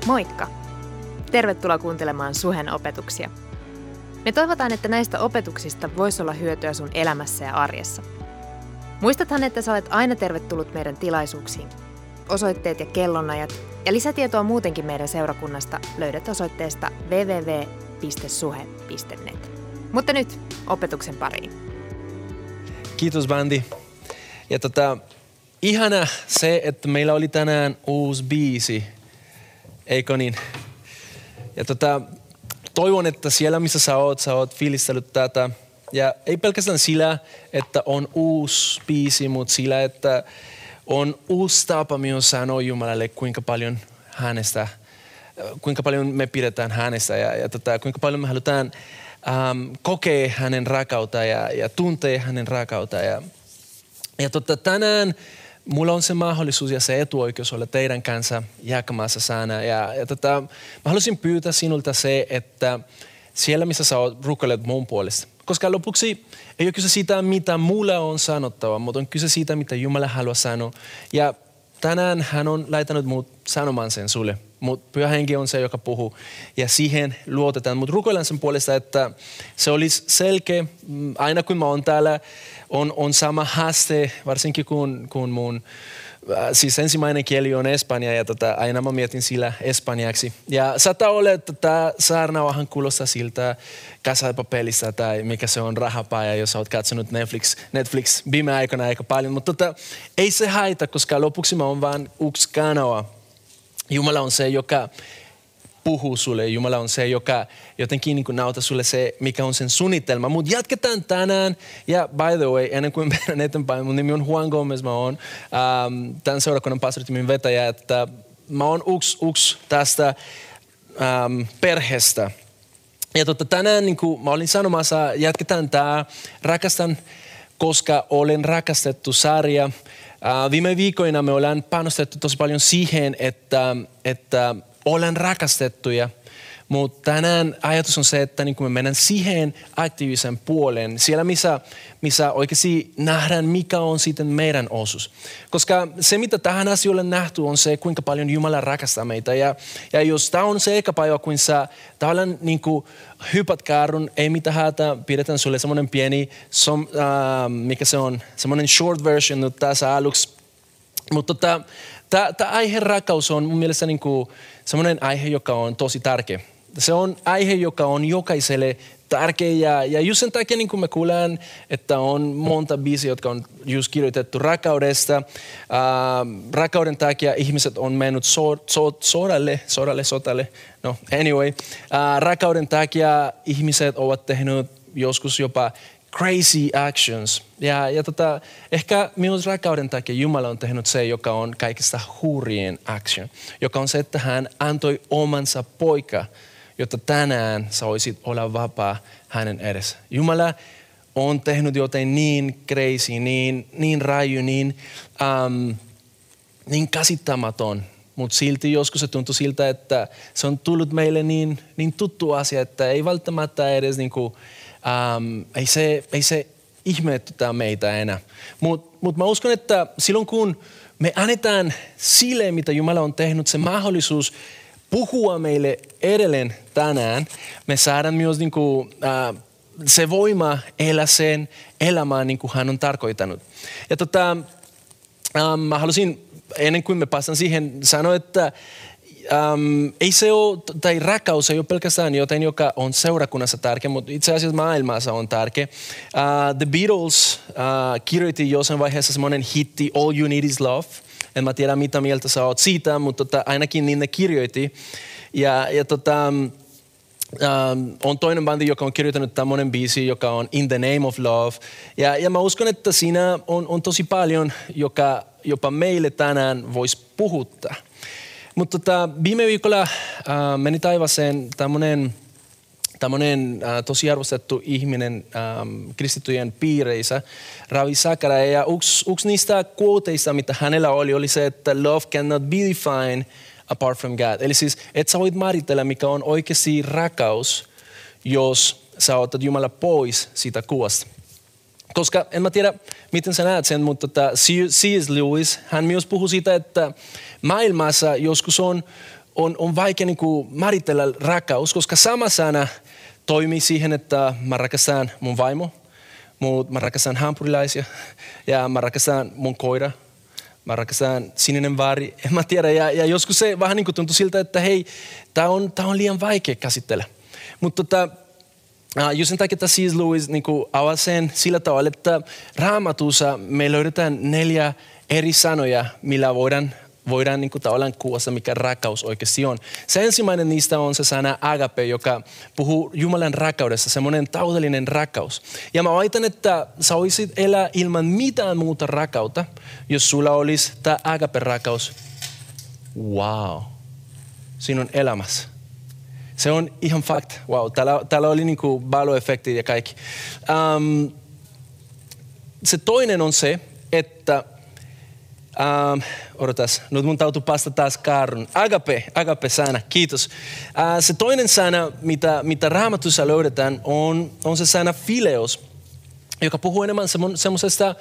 Moikka! Tervetuloa kuuntelemaan Suhen opetuksia. Me toivotaan, että näistä opetuksista voisi olla hyötyä sun elämässä ja arjessa. Muistathan, että sä olet aina tervetullut meidän tilaisuuksiin. Osoitteet ja kellonajat ja lisätietoa muutenkin meidän seurakunnasta löydät osoitteesta www.suhe.net. Mutta nyt opetuksen pariin. Kiitos bändi. Ja ihana se, että meillä oli tänään uusi biisi. Eikö niin? Ja toivon, että siellä missä sä oot fiilistellyt tätä. Ja ei pelkästään sillä, että on uusi biisi, mutta sillä, että on uusi tapa myös sanoa Jumalalle, kuinka paljon hänestä, kuinka paljon me pidetään hänestä ja kuinka paljon me halutaan kokea hänen rakkautta ja tuntee hänen rakkautta. Ja tänään mulla on se mahdollisuus ja se etuoikeus olla teidän kanssa jakamassa sanaa. Mä haluaisin pyytää sinulta se, että siellä missä sä rukoilet mun puolesta. Koska lopuksi ei ole kyse siitä, mitä mulla on sanottava, mutta on kyse siitä, mitä Jumala haluaa sanoa. Ja tänään hän on laitanut mut sanomaan sen sulle. Mutta Pyhä Henki on se, joka puhuu ja siihen luotetaan. Mutta rukoillaan sen puolesta, että se olisi selkeä. Aina kun mä oon täällä, on sama haaste, varsinkin kun mun siis ensimmäinen kieli on espanja ja aina mä mietin sillä espanjaksi. Ja saattaa olla, että tämä saarna vähän kuulostaa siltä Casa de Papelista tai mikä se on rahapaja, jos olet katsonut Netflix viime aikoina aika paljon. Mutta ei se haita, koska lopuksi mä oon vaan yksi kanava. Jumala on se, joka puhuu sulle. Jumala on se, joka jotenkin niin nauta sulle se, mikä on sen suunnitelma. Mutta jatketaan tänään. Ja by the way, ennen kuin mennään eteenpäin, mun nimi on Juan Gomez. Mä oon tämän seurakunnan pastoritiimin vetäjä. Että mä oon yksi tästä perheestä. Ja tänään, niin kuin mä olin sanomassa, jatketaan tää Rakastan, koska olen rakastettu sarja. Viime viikoina me ollaan panostettu tosi paljon siihen, että ollaan rakastettuja, mutta tänään ajatus on se, että niin me mennään siihen aktiivisen puoleen, siellä missä oikeasti nähdään, mikä on sitten meidän osuus. Koska se, mitä tähän asialle nähty, on se, kuinka paljon Jumala rakastaa meitä. Ja jos tämä on se eka päivä, kun sä tavallaan niin hypät kaarun, ei mitään hätä, pidetään sulle semmoinen pieni, mikä se on, semmoinen short version nyt tässä aluksi. Mutta tämä aihe rakkaus on mun mielestä niin semmoinen aihe, joka on tosi tärkeä. Se on aihe, joka on jokaiselle tärkeä ja just sen takia niin kuin me kuullaan, että on monta biisiä, jotka on just kirjoitettu rakkaudesta. Rakkauden takia ihmiset on mennyt sodalle. No anyway. Rakkauden takia ihmiset ovat tehneet joskus jopa crazy actions. Ja ehkä myös rakkauden takia Jumala on tehnyt se, joka on kaikista hurjien action. Joka on se, että hän antoi omansa poika, jotta tänään sä voisit olla vapaa hänen edessä. Jumala on tehnyt jotain niin crazy, niin raju, niin käsittämätön. Mutta silti joskus se tuntuu siltä, että se on tullut meille niin tuttu asia, että ei välttämättä edes ei se ihmetytä meitä enää. Mut mä uskon, että silloin kun me annetaan sille, mitä Jumala on tehnyt, se mahdollisuus puhua meille edelleen tänään, me saadaan myös se voima elää sen elämään niin kuin hän on tarkoittanut. Ja mä halusin, ennen kuin me päästään siihen, sanoa, että ei se ole, tai rakkaus ei ole pelkästään jotain, joka on seurakunnassa tärkeä, mutta itse asiassa maailmassa on tärkeä. The Beatles kirjoitti jossain vaiheessa semmoinen hitti, All You Need Is Love. En mä tiedä, mitä mieltä sä oot siitä, mutta ainakin niin ne kirjoitti. On toinen bändi, joka on kirjoittanut tämmöinen biisi, joka on In the Name of Love. Ja mä uskon, että siinä on tosi paljon, joka jopa meille tänään voisi puhuttaa. Mutta viime viikolla meni taivaaseen tämmöinen tosi arvostettu ihminen kristittyjen piireissä, Ravi Zacharias. Ja yksi niistä quoteista, mitä hänellä oli se, että love cannot be defined apart from God. Eli siis, että sä voit määritellä, mikä on oikeasti rakkaus, jos sä otat Jumala pois siitä kuvasta. Koska en mä tiedä, miten sä näet sen, mutta C.S. Lewis, hän myös puhui siitä, että maailmassa joskus on vaikea niin kuin määritellä rakkaus, koska sama sana toimii siihen, että mä rakastan mun vaimo, mä rakastan hampurilaisia ja mä rakastan mun koira. Mä rakastan sininen vaari, en mä tiedä. Ja joskus se vähän niin kuin tuntui siltä, että hei, tää on liian vaikea käsitellä. Mutta just sen takia, että C.S. Lewis niin avasi sen sillä tavalla, että Raamatussa me löydetään 4 eri sanoja, millä voidaan niin kuin tavallaan kuvata, mikä rakkaus oikeasti on. Se ensimmäinen niistä on se sana agape, joka puhuu Jumalan rakkaudesta, semmoinen täydellinen rakkaus. Ja mä väitän, että sä voisit elää ilman mitään muuta rakkautta, jos sulla olisi tämä agape-rakkaus. Wow, siinä on elämässä. Se on ihan fact. Wow, täällä oli niinku balo-efekti ja kaikki. Se toinen on se, että odotas, nyt mun täytyy päästä taas kaarun. Agape-sana, kiitos. Se toinen sana, mitä Raamatussa löydetään, on se sana phileos, joka puhuu enemmän semmoisesta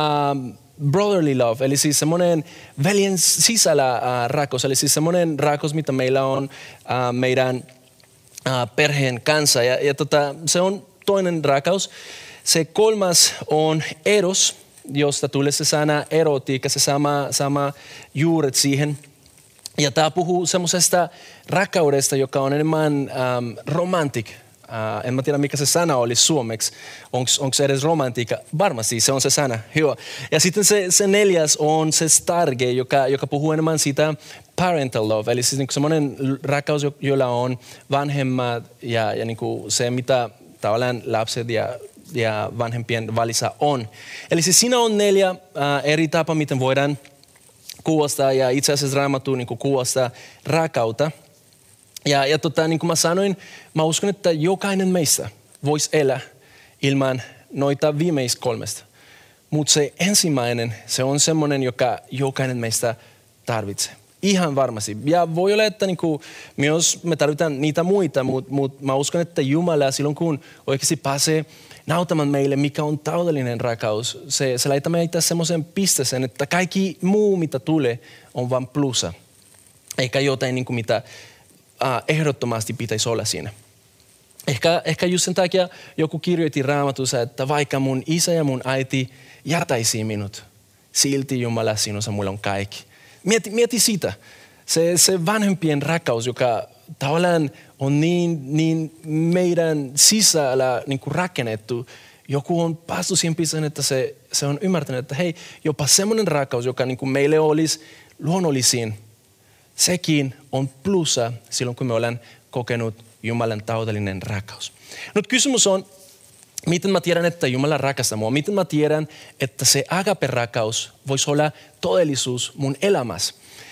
brotherly love, eli siis semmoinen veljen sisällä rakkaus, eli siis semmoinen rakkaus, mitä meillä on meidän perheen kanssa. Ja se on toinen rakkaus. Se kolmas on eros, josta tulee se sana erotiikka, se sama juuret siihen. Ja tämä puhuu semmoisesta rakkaudesta, joka on enemmän romantic. En mä tiedä, mikä se sana oli suomeksi. Onko se edes romantiikka? Varmasti se on se sana. Hyvä. Ja sitten se neljäs on se starge, joka puhuu enemmän siitä parental love. Eli siis niinku semmoinen rakkaus, jolla on vanhemmat ja niinku se, mitä tavallaan lapset ja vanhempien välissä on. Eli siis siinä on 4 eri tapaa, miten voidaan kuvastaa, ja itse asiassa Raamattu niin kuvastaa rakkautta. Ja niin kuin mä sanoin, mä uskon, että jokainen meistä voisi elää ilman noita viimeistä 3. Mutta se ensimmäinen, se on semmoinen, joka jokainen meistä tarvitsee. Ihan varmasti. Ja voi olla, että niinku, myös me tarvitaan niitä muita, mutta mä uskon, että Jumala silloin kun oikeasti pääsee näyttämään meille, mikä on täydellinen rakkaus, se laittaa meitä semmoisen pisteeseen, että kaikki muu, mitä tulee, on vain plussa. Eikä jotain, niin kuin mitä ehdottomasti pitäisi olla siinä. Ehkä just sen takia joku kirjoitti Raamatussa, että vaikka mun isä ja mun äiti jätäisi minut, silti Jumala sinussa mulla on kaikki. Mieti sitä. Se vanhempien rakkaus, joka tavallaan on niin meidän sisällä niin kuin rakennettu. Joku on päässyt siihen pisteen, että se on ymmärtänyt, että hei, jopa semmoinen rakkaus, joka niin kuin meille olisi luonnollisin, sekin on plussa silloin, kun me ollaan kokenut Jumalan täydellinen rakkaus. Nyt kysymys on, miten mä tiedän, että Jumala rakastaa mua? Miten mä tiedän, että se agape-rakkaus voisi olla todellisuus mun elämässä?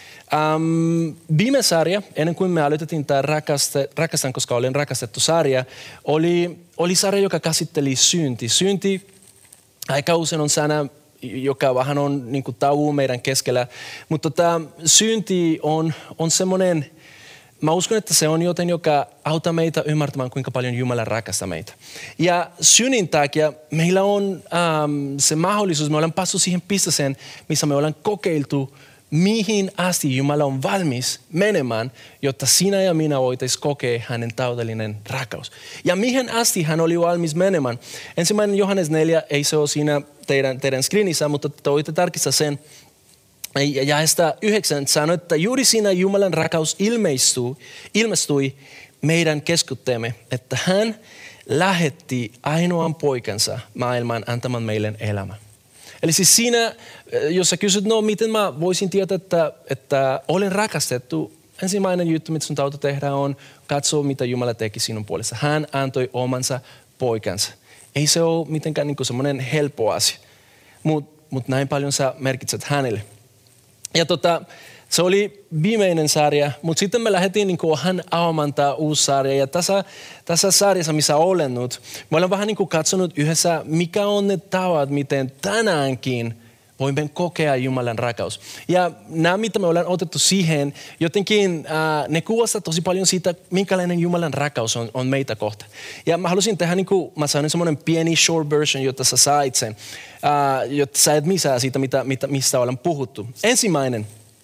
Viime sarja, ennen kuin me aloitettiin tämä Rakastan, koska olen rakastettu sarja, oli sarja, joka käsitteli synti. Synti aika usein on sana, joka vähän on niin kuin tabu meidän keskellä, mutta synti on semmoinen, mä uskon, että se on joten, joka auttaa meitä ymmärtämään, kuinka paljon Jumala rakastaa meitä. Ja synnin takia meillä on se mahdollisuus, me ollaan päässyt siihen pisteeseen, missä me ollaan kokeiltu, mihin asti Jumala on valmis menemään, jotta sinä ja minä voitaisiin kokea hänen täydellinen rakkaus. Ja mihin asti hän oli valmis menemään. Ensimmäinen Johannes 4, ei se ole siinä teidän screenissä, mutta te voitte tarkistaa sen. Ja 9 sanoi, että juuri siinä Jumalan rakkaus ilmestyi meidän keskuuteemme, että hän lähetti ainoan poikansa maailmaan antamaan meille elämän. Eli siis siinä, jos sä kysyt, no miten mä voisin tietää, että olen rakastettu, ensimmäinen juttu, mitä sun täytyy tehdä on katsoa, mitä Jumala teki sinun puolesta. Hän antoi omansa poikansa. Ei se ole mitenkään niin kuin semmoinen helppo asia, mutta näin paljon sä merkitset hänelle. Ja se oli viimeinen sarja, mutta sitten me lähdettiin niin kuin hän avaamaan tämä uusi sarja. Ja tässä sarjassa, missä olen nyt, me ollaan vähän niin kuin katsonut yhdessä, mikä on ne tavat, miten tänäänkin voimme kokea Jumalan rakkaus. Ja nämä, mitä me ollaan otettu siihen, jotenkin ne kuvastaa tosi paljon siitä, minkälainen Jumalan rakkaus on meitä kohta. Ja mä halusin tehdä, niin kuin mä sanoin, semmoinen pieni short version, jotta sä sait sen, jotta sä et missaa siitä, mistä ollaan puhuttu. Ensimmäinen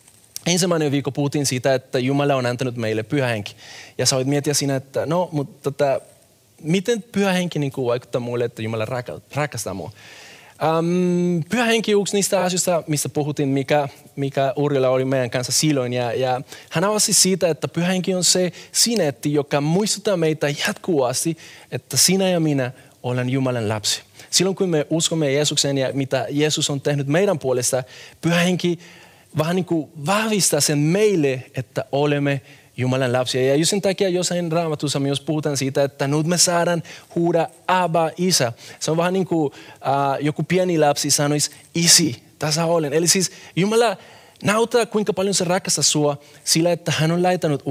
ensimmäinen viikko puhuttiin siitä, että Jumala on antanut meille Pyhä Henki. Ja sä voit miettiä siinä, että no, mutta miten Pyhä Henki niin kuin vaikuttaa mulle, että Jumala rakastaa mua. Pyhä Henki on yksi niistä asioista, mistä puhuttiin, mikä Urilla oli meidän kanssa silloin. Ja hän avasi siitä, että Pyhä Henki on se sinetti, joka muistuttaa meitä jatkuvasti, että sinä ja minä olen Jumalan lapsi. Silloin kun me uskomme Jeesukseen ja mitä Jeesus on tehnyt meidän puolesta, Pyhä Henki vähän niin kuin vahvistaa sen meille, että olemme Jumalan lapsia. Ja just sen takia jossain Raamatussa myös puhutaan siitä, että nyt me saadaan huuda Abba, Isä. Se on vähän niin kuin joku pieni lapsi sanoisi isi, tässä olen. Eli siis Jumala näyttää, kuinka paljon se rakastaa sua sillä, että hän on laittanut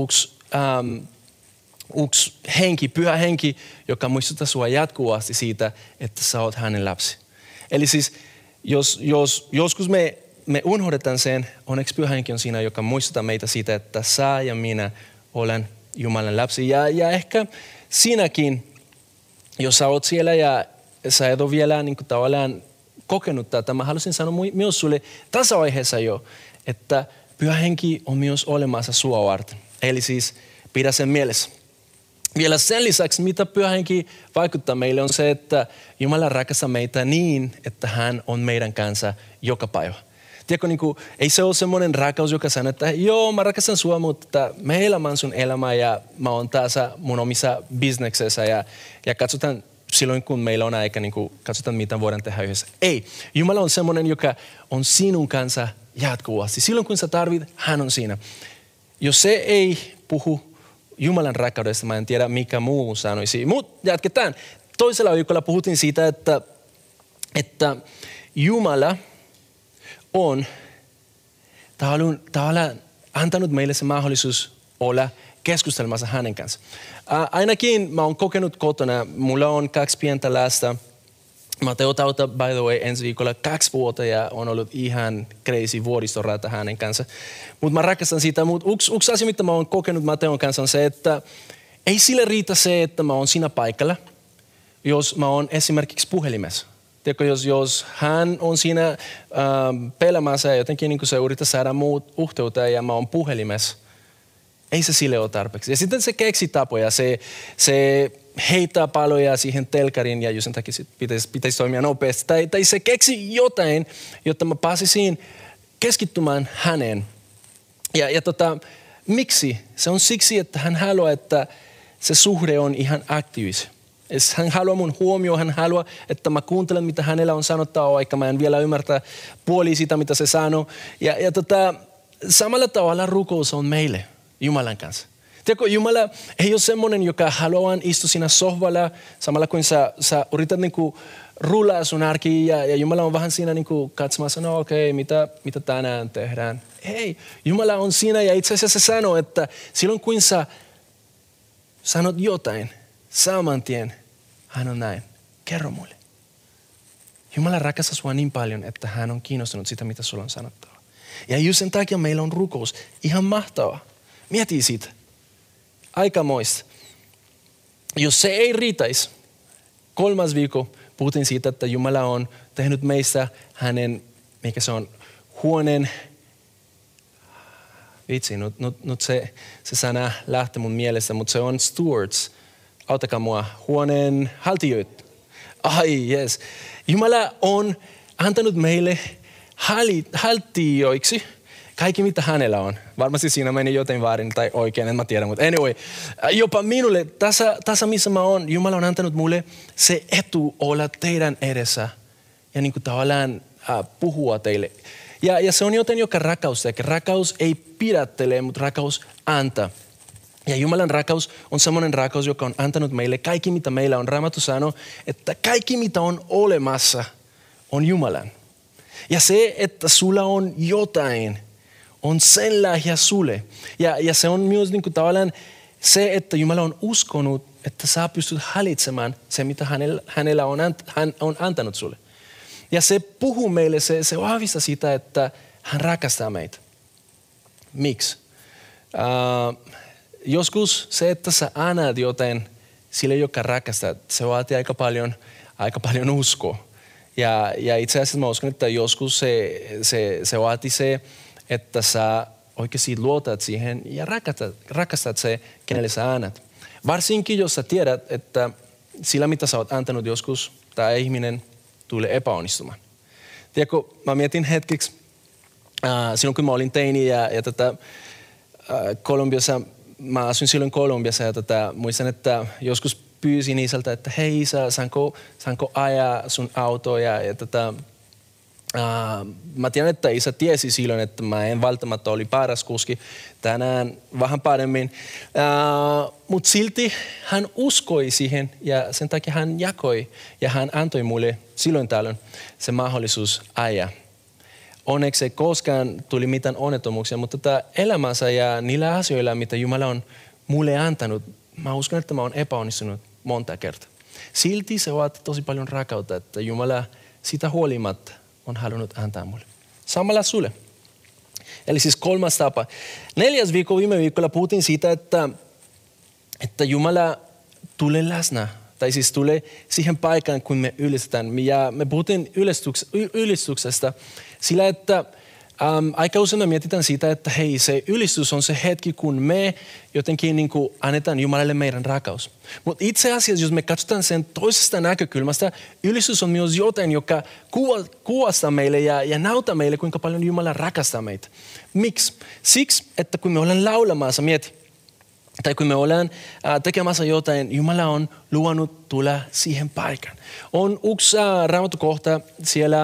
yksi henki, Pyhä Henki, joka muistuttaa sua jatkuvasti siitä, että sä oot hänen lapsi. Eli siis jos joskus me unohdetaan sen, onneksi Pyhä Henki on siinä, joka muistuttaa meitä siitä, että sä ja minä olen Jumalan lapsi. Ja ehkä sinäkin, jos sä oot siellä ja sä et ole vielä niin kuin tavallaan kokenut tätä, mä haluaisin sanoa myös sulle tässä vaiheessa jo, että Pyhä Henki on myös olemassa sua varten. Eli siis pidä sen mielessä. Vielä sen lisäksi, mitä Pyhä Henki vaikuttaa meille, on se, että Jumala rakastaa meitä niin, että hän on meidän kanssa joka päivä. Tiedätkö, niin kuin, ei se ole semmoinen rakkaus, joka sanoo, että joo, mä rakastan sua, mutta mä elämän sun elämää ja mä oon tässä mun omissa bisneksessä ja katsotaan silloin, kun meillä on aika, niin kuin, katsotaan mitä voidaan tehdä yhdessä. Ei, Jumala on semmoinen, joka on sinun kanssa jatkuvasti. Silloin, kun sä tarvit, hän on siinä. Jos se ei puhu Jumalan rakkaudesta, mä en tiedä mikä muu sanoisi. Mutta jatketaan. Toisella viikolla puhuttiin siitä, että Jumala on tavallaan antanut meille se mahdollisuus olla keskustelemassa hänen kanssa. Ainakin mä oon kokenut kotona, mulla on 2 pientä lasta. Mateo täyttää, by the way, ensi viikolla 2 vuotta ja on ollut ihan crazy vuoristorata hänen kanssa. Mutta mä rakastan sitä. Mutta yksi asia, mitä mä oon kokenut Mateon kanssa on se, että ei sille riitä se, että mä oon siinä paikalla, jos mä oon esimerkiksi puhelimessa. Tiedätkö, jos hän on siinä pelaamassa ja jotenkin niin se yrittää saada muut yhteyttä ja mä oon puhelimessa, ei se sille ole tarpeeksi. Ja sitten se keksi tapoja, se heittää paloja siihen telkariin ja just sen takia pitäisi toimia nopeasti. Tai se keksi jotain, jotta mä pääsisin keskittymään häneen. Ja miksi? Se on siksi, että hän haluaa, että se suhde on ihan aktiivinen. Hän haluaa mun huomioon, hän haluaa, että mä kuuntelen, mitä hänellä on sanottava, vaikka mä en vielä ymmärtää puoli sitä, mitä se sanoo. Ja samalla tavalla rukous on meille Jumalan kanssa. Tiedätkö, Jumala ei ole semmoinen, joka haluaa istua siinä sohvalla, samalla kun sä yrität niinku rullaa sun arki ja Jumala on vähän siinä niinku katsomassa, no okei, mitä tänään tehdään. Ei, Jumala on siinä ja itse asiassa se sanoo, että silloin kun sä sanot jotain, saman tien hän on näin. Kerro mulle. Jumala rakastaa sua niin paljon, että hän on kiinnostunut sitä, mitä sulla on sanottava. Ja just sen takia meillä on rukous. Ihan mahtavaa. Mieti siitä. Aikamoista. Jos se ei riitäisi, 3. viikko puhuttiin siitä, että Jumala on tehnyt meistä hänen, mikä se on, huoneen. Vitsi, nyt se sana lähtee mun mielestä, mutta se on stewards. Auttakaa mua, huoneen haltijoita. Ai yes. Jumala on antanut meille haltijoiksi kaikki mitä hänellä on. Varmasti siinä meni jotain väärin tai oikein, en mä tiedä, mutta anyway. Jopa minulle, tässä missä mä oon, Jumala on antanut mulle se etu olla teidän edessä ja niin kuin tavallaan puhua teille. Ja se on jotain, joka rakkaus tekee. Rakkaus ei pidättele, mutta rakkaus antaa. Ja Jumalan rakkaus on semmoinen rakkaus, joka on antanut meille kaikki, mitä meillä on. Raamattu sanoo, että kaikki, mitä on olemassa, on Jumalan. Ja se, että sulla on jotain, on sen lahja sulle. Ja se on myös niin kuin tavallaan se, että Jumala on uskonut, että sä pystyt hallitsemaan se, mitä hänellä on antanut sulle. Ja se puhuu meille, se vahvistaa sitä, että hän rakastaa meitä. Miksi? Joskus se, että sä annat jotain sille, joka rakastaa, se vaatii aika paljon uskoa. Ja itse asiassa mä uskon, että joskus se vaatii se, että sä oikeasti luotat siihen ja rakastat se, kenelle sä annat. Varsinkin, jos sä tiedät, että sillä mitä sä oot antanut joskus, tämä ihminen tulee epäonnistumaan. Tiedätkö, mä mietin hetkeksi, silloin kun mä olin teini ja Kolumbiassa, mä asuin silloin Kolumbiassa ja muistan, että joskus pyysin isältä, että hei isä, saanko ajaa sun autoa mä tiedän, että isä tiesi silloin, että mä en välttämättä oli paras kuski, tänään vähän paremmin, mutta silti hän uskoi siihen ja sen takia hän jakoi ja hän antoi mulle silloin tällöin se mahdollisuus ajaa. Onneksi ei koskaan tuli mitään onnettomuuksia, mutta tätä elämänsä ja niillä asioilla, mitä Jumala on mulle antanut, mä uskon, että mä oon epäonnistunut monta kertaa. Silti se vaatii tosi paljon rakkautta, että Jumala sitä huolimatta on halunnut antaa mulle. Samalla sulle. Eli siis 3. tapa. 4. viikko viime viikolla puhuttiin siitä, että Jumala tulee läsnä. Tai siis tulee siihen paikkaan, kun me ylistetään. Ja me puhuttiin ylistyksesta sillä, että aika usein me mietitään sitä, että hei, se ylistys on se hetki, kun me jotenkin niin kuin annetaan Jumalalle meidän rakkaus. Mutta itse asiassa, jos me katsotaan sen toisesta näkökulmasta, ylistys on myös jotain, joka kuvastaa meille ja näyttää meille, kuinka paljon Jumala rakastaa meitä. Miksi? Siksi, että kun me ollaan laulamassa, tai kun me ollaan tekemässä jotain, Jumala on luvannut tulla siihen paikan. On yksi raamattukohta siellä,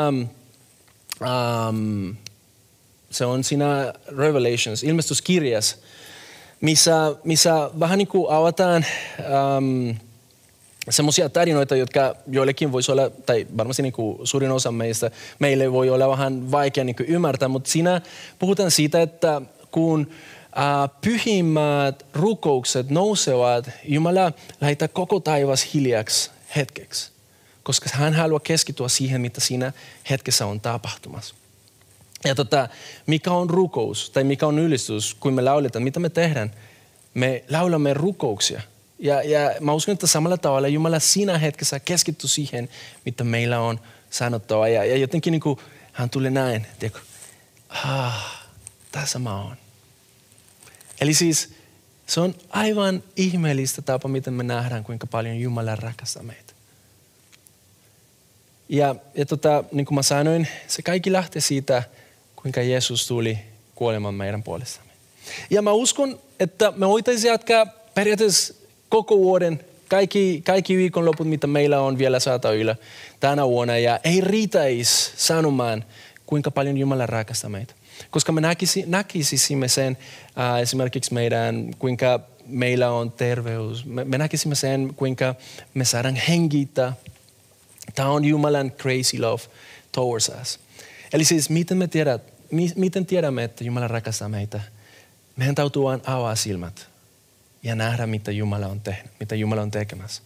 se on siinä Revelations, ilmestyskirjassa, missä vähän niin kuin avataan semmoisia tarinoita, jotka joillekin voisi olla, tai varmasti niin kuin suurin osa meille voi olla vähän vaikea niin kuin ymmärtää, mutta siinä puhutaan siitä, että kun pyhimmät rukoukset nousevat, Jumala lähettää koko taivas hiljaksi hetkeksi, koska hän haluaa keskittyä siihen, mitä siinä hetkessä on tapahtumassa. Ja mikä on rukous tai mikä on ylistys, kun me lauletaan, mitä me tehdään? Me laulamme rukouksia. Ja mä uskon, että samalla tavalla Jumala siinä hetkessä keskittyy siihen, mitä meillä on sanottava. Ja jotenkin niin kuin hän tulee näin, tiedätkö, tässä mä oon. Eli siis se on aivan ihmeellistä tapa, miten me nähdään, kuinka paljon Jumala rakastaa meitä. Ja niin kuin mä sanoin, se kaikki lähtee siitä, kuinka Jeesus tuli kuolemaan meidän puolestamme. Ja mä uskon, että me voitaisiin jatkaa periaatteessa koko vuoden, kaikki viikonloput, mitä meillä on vielä saatavilla tänä vuonna. Ja ei riitäisi sanomaan, kuinka paljon Jumala rakastaa meitä. Koska me näkisimme sen esimerkiksi kuinka meillä on terveys. Me näkisimme sen, kuinka me saadaan hengittää. Tämä on Jumalan crazy love towards us. Eli siis miten tiedämme, että Jumala rakastaa meitä? Meidän täytyy vain avaa silmät ja nähdä, mitä Jumala on tehnyt, mitä Jumala on tekemässä.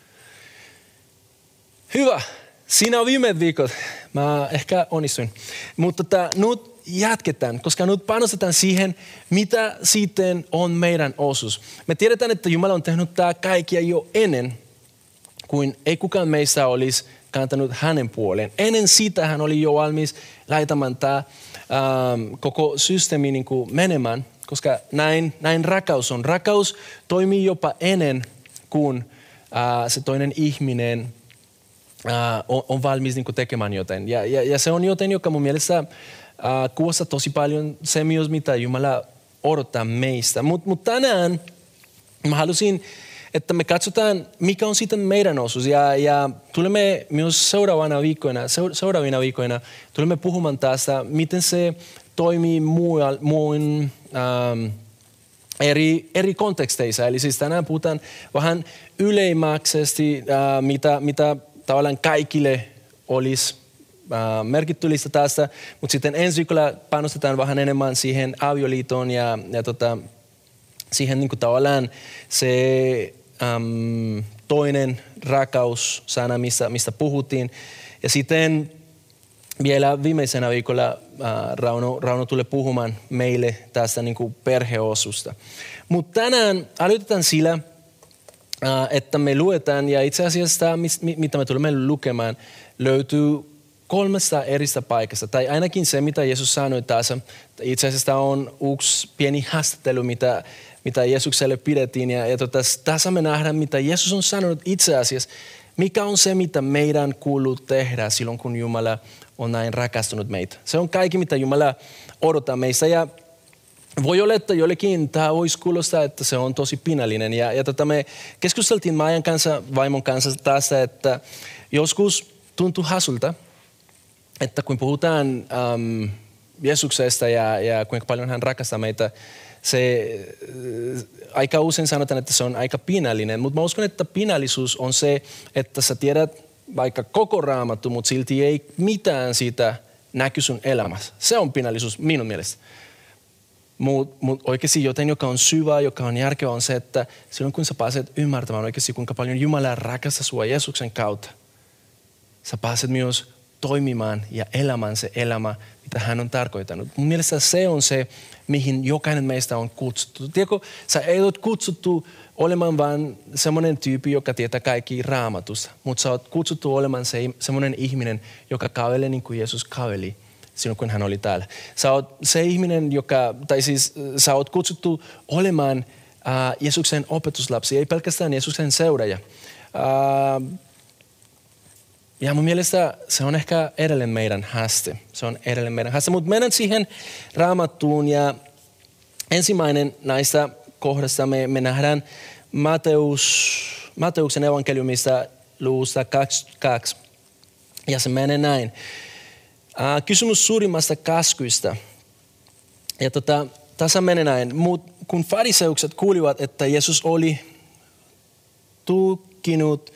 Hyvä. Siinä on viime viikot. Mä ehkä onnistuin. Mutta nyt jatketaan, koska nyt panostetaan siihen, mitä sitten on meidän osuus. Me tiedetään, että Jumala on tehnyt tämä kaikkia jo ennen, kuin ei kukaan meistä olisi kantanut hänen puoleen. Ennen sitä hän oli jo valmis laitamaan tämä koko systeemi niin kuin menemään, koska näin rakkaus on. Rakkaus toimii jopa ennen kuin se toinen ihminen on valmis niin kuin tekemään jotain. Ja se on jotain, joka mun mielestä kuvastaa tosi paljon se myös, mitä Jumala odottaa meistä. Mutta tänään mä halusin, että me katsotaan, mikä on sitten meidän osuus. Ja tulemme myös seuraavina viikkoina tulemme puhumaan tästä, miten se toimii muun eri konteksteissa. Eli siis tänään puhutaan vähän yleimmäisesti, mitä tavallaan kaikille olisi merkityllistä tästä, mutta sitten ensi viikolla panostetaan vähän enemmän siihen avioliitoon ja siihen niin kuin tavallaan se toinen rakkaus-sana, mistä puhuttiin. Ja sitten vielä viimeisenä viikolla Rauno tulee puhumaan meille tästä niin kuin perheosusta. Mutta tänään aloitetaan sillä, että me luetaan, ja itse asiassa mitä me tulemme lukemaan, löytyy kolmesta eristä paikasta, tai ainakin se, mitä Jeesus sanoi tässä. Itse asiassa on yksi pieni haastattelu, mitä Jeesukselle pidettiin. Ja tässä me nähdään, mitä Jeesus on sanonut itse asiassa. Mikä on se, mitä meidän kuuluu tehdä silloin, kun Jumala on näin rakastunut meitä. Se on kaikki, mitä Jumala odottaa meistä. Ja voi olla, että jollekin tämä voisi kuulostaa, että se on tosi pinnallinen. Ja me keskusteltiin Maijan kanssa, vaimon kanssa tästä, että joskus tuntuu hassulta, että kun puhutaan Jeesuksesta ja kuinka paljon hän rakastaa meitä, se aika usein sanotaan, että se on aika pinnallinen. Mutta mä uskon, että pinnallisuus on se, että sä tiedät vaikka koko Raamattu, mutta silti ei mitään siitä näky sun elämässä. Se on pinnallisuus minun mielestä. Mut oikeasti jotain, joka on syvä, joka on järkevä, on se, että silloin kun sä pääset ymmärtämään oikeasti, kuinka paljon Jumala rakastaa sua Jeesuksen kautta, sä pääset myös toimimaan ja elämään se elämä, mitä hän on tarkoittanut. Mun mielestä se on se, mihin jokainen meistä on kutsuttu. Tiedätkö, sä ei ole kutsuttu olemaan vain semmoinen tyyppi, joka tietää kaikki Raamatusta, mutta sä oot kutsuttu olemaan semmoinen ihminen, joka kävelee niin kuin Jeesus käveli silloin, kun hän oli täällä. Sä oot se ihminen, sä oot kutsuttu olemaan Jeesuksen opetuslapsi, ei pelkästään Jeesuksen seuraaja. Ja mun mielestä se on ehkä edelleen meidän haaste. Mutta mennään siihen Raamattuun ja ensimmäinen näistä kohdasta me nähdään Matteuksen evankeliumista luvusta 22. Ja se menee näin. Kysymys suurimmasta käskystä. Ja tässä menee näin. Mut kun fariseukset kuulivat, että Jeesus oli tutkinut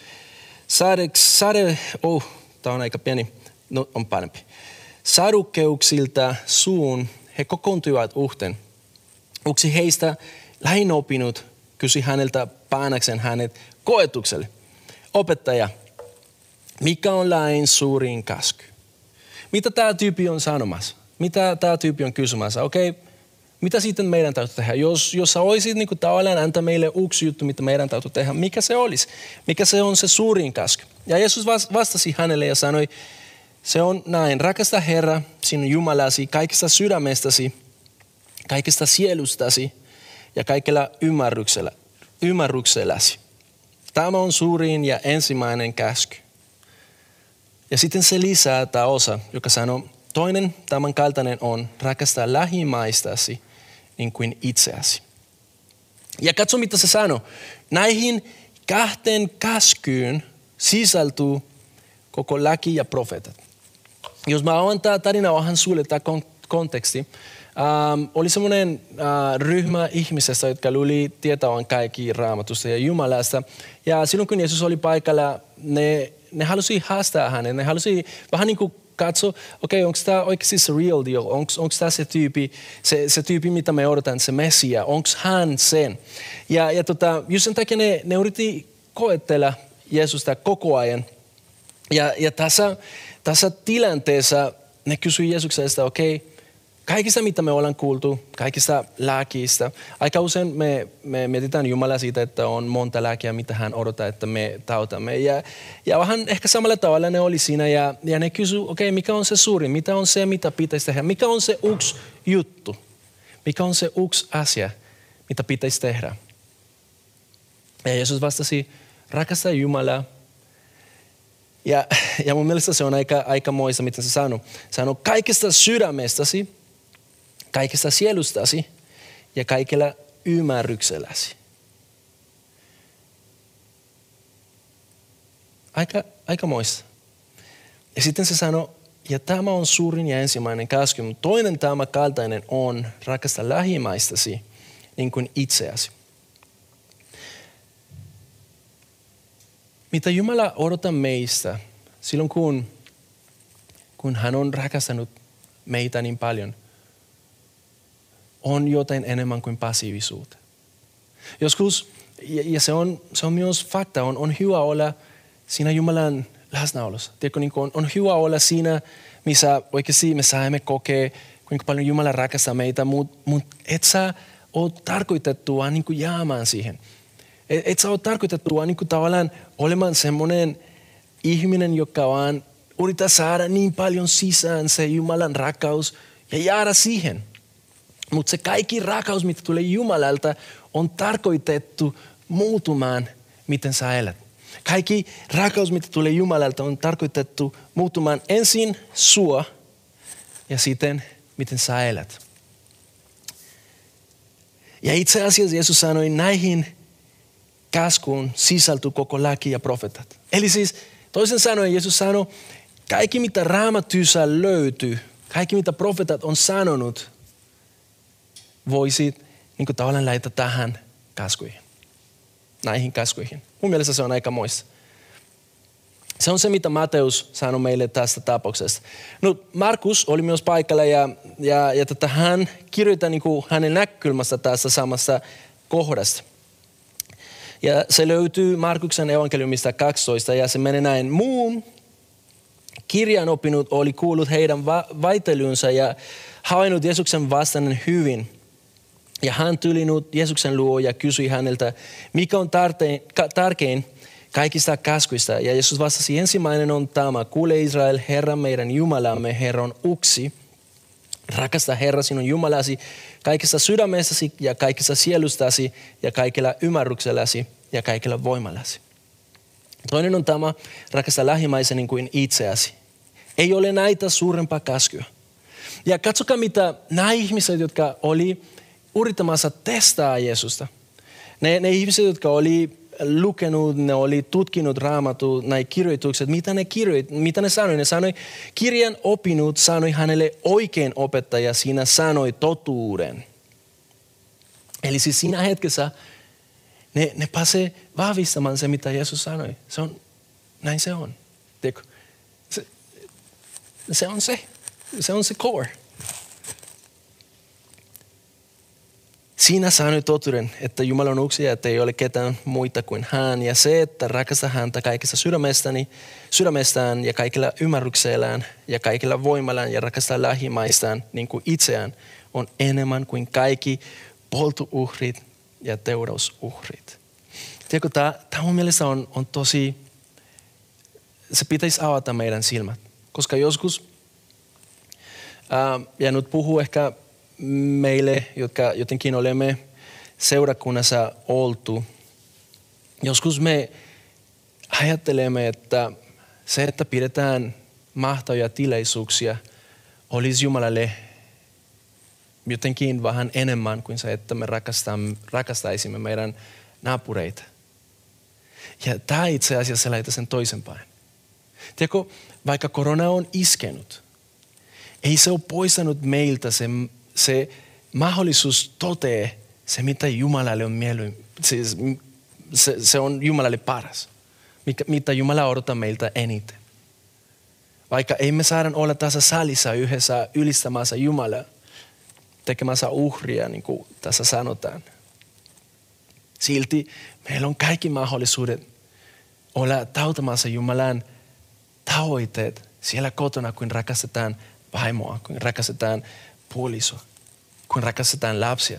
tämä on aika pieni, no on parempi. Sadukkeuksilta suun he kokoontuivat yhteen. Yksi heistä lähin opinut kysyi häneltä paanakseen hänet koetukselle. Opettaja, mikä on lain suurin käsky? Mitä tämä tyyppi on sanomassa? Mitä tämä tyyppi on kysymässä? Okei, mitä sitten meidän täytyy tehdä? Jos sä olisit niin kuin tavallaan antaa meille yksi juttu, mitä meidän täytyy tehdä, mikä se olisi? Mikä se on se suurin käsky? Ja Jeesus vastasi hänelle ja sanoi, se on näin, rakasta Herra, sinun Jumalasi, kaikesta sydämestäsi, kaikesta sielustasi ja kaikella ymmärrykselläsi. Tämä on suurin ja ensimmäinen käsky. Ja sitten se lisää tämä osa, joka sanoo, toinen tämän kaltainen on rakastaa lähimmäistäsi niin kuin itseäsi. Ja katso, mitä se sanoo. Näihin kahteen käskyyn sisältyy koko laki ja profeetat. Jos mä avaan tämä tarina vähän sulle, tämä konteksti. Oli semmoinen ryhmä ihmisestä, jotka luuli tietävän kaikki Raamatusta ja Jumalasta. Ja silloin kun Jeesus oli paikalla, ne halusi haastaa hänen. Ne halusi vähän niin kuin katsoa, onko tämä oikeasti se real deal? Onko tämä se tyyppi, mitä me odotan, se Messia? Onko hän sen? Ja just sen takia ne yritti koettella Jeesusta koko ajan. Ja tässä tilanteessa ne kysyi Jeesuksesta, kaikista mitä me ollaan kuultu, kaikista lääkistä. Aika usein me mietitään Jumalaa siitä, että on monta lääkiä, mitä hän odottaa, että me tautamme. Ja vähän ehkä samalla tavalla ne oli siinä ja ne kysyi, mikä on se suurin, mitä on se, mitä pitäisi tehdä, mikä on se yksi juttu, mikä on se yksi asia, mitä pitäisi tehdä. Ja Jeesus vastasi, rakasta Jumalaa. Ja mun mielestä se on aika moista, mitä se sanoo. Sanoo kaikesta sydämestäsi, kaikesta sielustasi ja kaikella ymmärrykselläsi. Aika moista. Ja sitten se sanoo, ja tämä on suurin ja ensimmäinen käsky, mutta toinen tämä kaltainen on rakasta lähimmäistäsi niin kuin itseäsi. Mitä Jumala odottaa meistä silloin, kun hän on rakastanut meitä niin paljon, on jotain enemmän kuin passiivisuutta. Joskus, ja se on myös fakta, on hyvä olla siinä Jumalan läsnäolossa. Tiedätkö, niin on hyvä olla siinä, missä oikeasti me saamme kokea, kuinka paljon Jumala rakastaa meitä, mutta et sä ole tarkoitettua niin kuin jäämään siihen. Et sä ole tarkoitettua niin kuin tavallaan olemaan semmoinen ihminen, joka vaan yritä saada niin paljon sisään se Jumalan rakkaus ja jäädä siihen. Mutta se kaikki rakkaus, mitä tulee Jumalalta, on tarkoitettu muuttumaan, miten sä elät. Kaikki rakkaus, mitä tulee Jumalalta, on tarkoitettu muuttumaan ensin sua ja sitten, miten sä elät. Ja itse asiassa Jeesus sanoi, näihin käskuun sisältyy koko laki ja profeetat. Eli siis toisin sanoen Jeesus sanoi, kaikki mitä Raamatussa löytyy, kaikki mitä profeetat on sanonut, voisit niin kuin tavallaan laittaa tähän käskuihin. Näihin käskuihin. Mun mielestä se on aika moista. Se on se, mitä Matteus sanoi meille tästä tapauksesta. No, Markus oli myös paikalla ja hän kirjoittaa niin kuin hänen näkökulmasta tässä samassa kohdasta. Ja se löytyy Markuksen evankeliumista 12 ja se menee näin. Muun kirjanopinut oli kuullut heidän väitelynsa ja havainnut Jeesuksen vastanneen hyvin. Ja hän tulinut Jeesuksen luo ja kysyi häneltä, mikä on tärkein kaikista käskyistä. Ja Jeesus vastasi, ensimmäinen on tämä, kuule Israel, Herra meidän Jumalamme, Herra on yksi. Rakasta Herra sinun Jumalasi kaikessa sydämessäsi ja kaikessa sielustasi ja kaikella ymmärrykselläsi ja kaikella voimallasi. Toinen on tämä, rakasta lähimmäiseni kuin itseäsi. Ei ole näitä suurempaa käskyä. Ja katsokaa mitä nämä ihmiset, jotka oli yrittämässä testaa Jeesusta. Ne ihmiset, jotka oli lukenut, ne oli tutkinut Raamattua, näin kirjoitukset, mitä ne sanoi? Ne sanoi, kirjan opinut sanoi hänelle oikein opettaja, siinä sanoi totuuden. Eli siis siinä hetkessä ne pääsee vahvistamaan se, mitä Jeesus sanoi. Näin se on. Se on se core. Siinä sanoi totuuden, että Jumala on yksi ja että ei ole ketään muita kuin hän. Ja se, että rakasta häntä kaikessa sydämestään ja kaikilla ymmärryksellään ja kaikilla voimallaan ja rakastaa lähimmäistään niin kuin itseään, on enemmän kuin kaikki polttouhrit ja teurausuhrit. Tiedätkö, tämä mun mielestä on tosi, se pitäisi avata meidän silmät. Koska joskus, ja nyt puhuu ehkä meille, jotka jotenkin olemme seurakunnassa oltu. Joskus me ajattelemme, että se, että pidetään mahtavia tilaisuuksia, olisi Jumalalle jotenkin vähän enemmän kuin se, että me rakastaisimme meidän naapureita. Ja tämä itse asiassa laittaa sen toisenpäin. Tiedätkö, vaikka korona on iskenut, ei se ole poistanut meiltä se mahdollisuus totea se, mitä Jumalalle on mieluin. Se on Jumalalle paras. Mitä Jumala odottaa meiltä eniten. Vaikka emme saada olla tässä salissa yhdessä ylistämässä Jumalaa, tekemässä uhria, niin kuin tässä sanotaan. Silti meillä on kaikki mahdollisuudet olla tautamassa Jumalan tavoitteet siellä kotona, kun rakastetaan vaimoa, kun rakastetaan puolisoa, kun rakastetaan lapsia.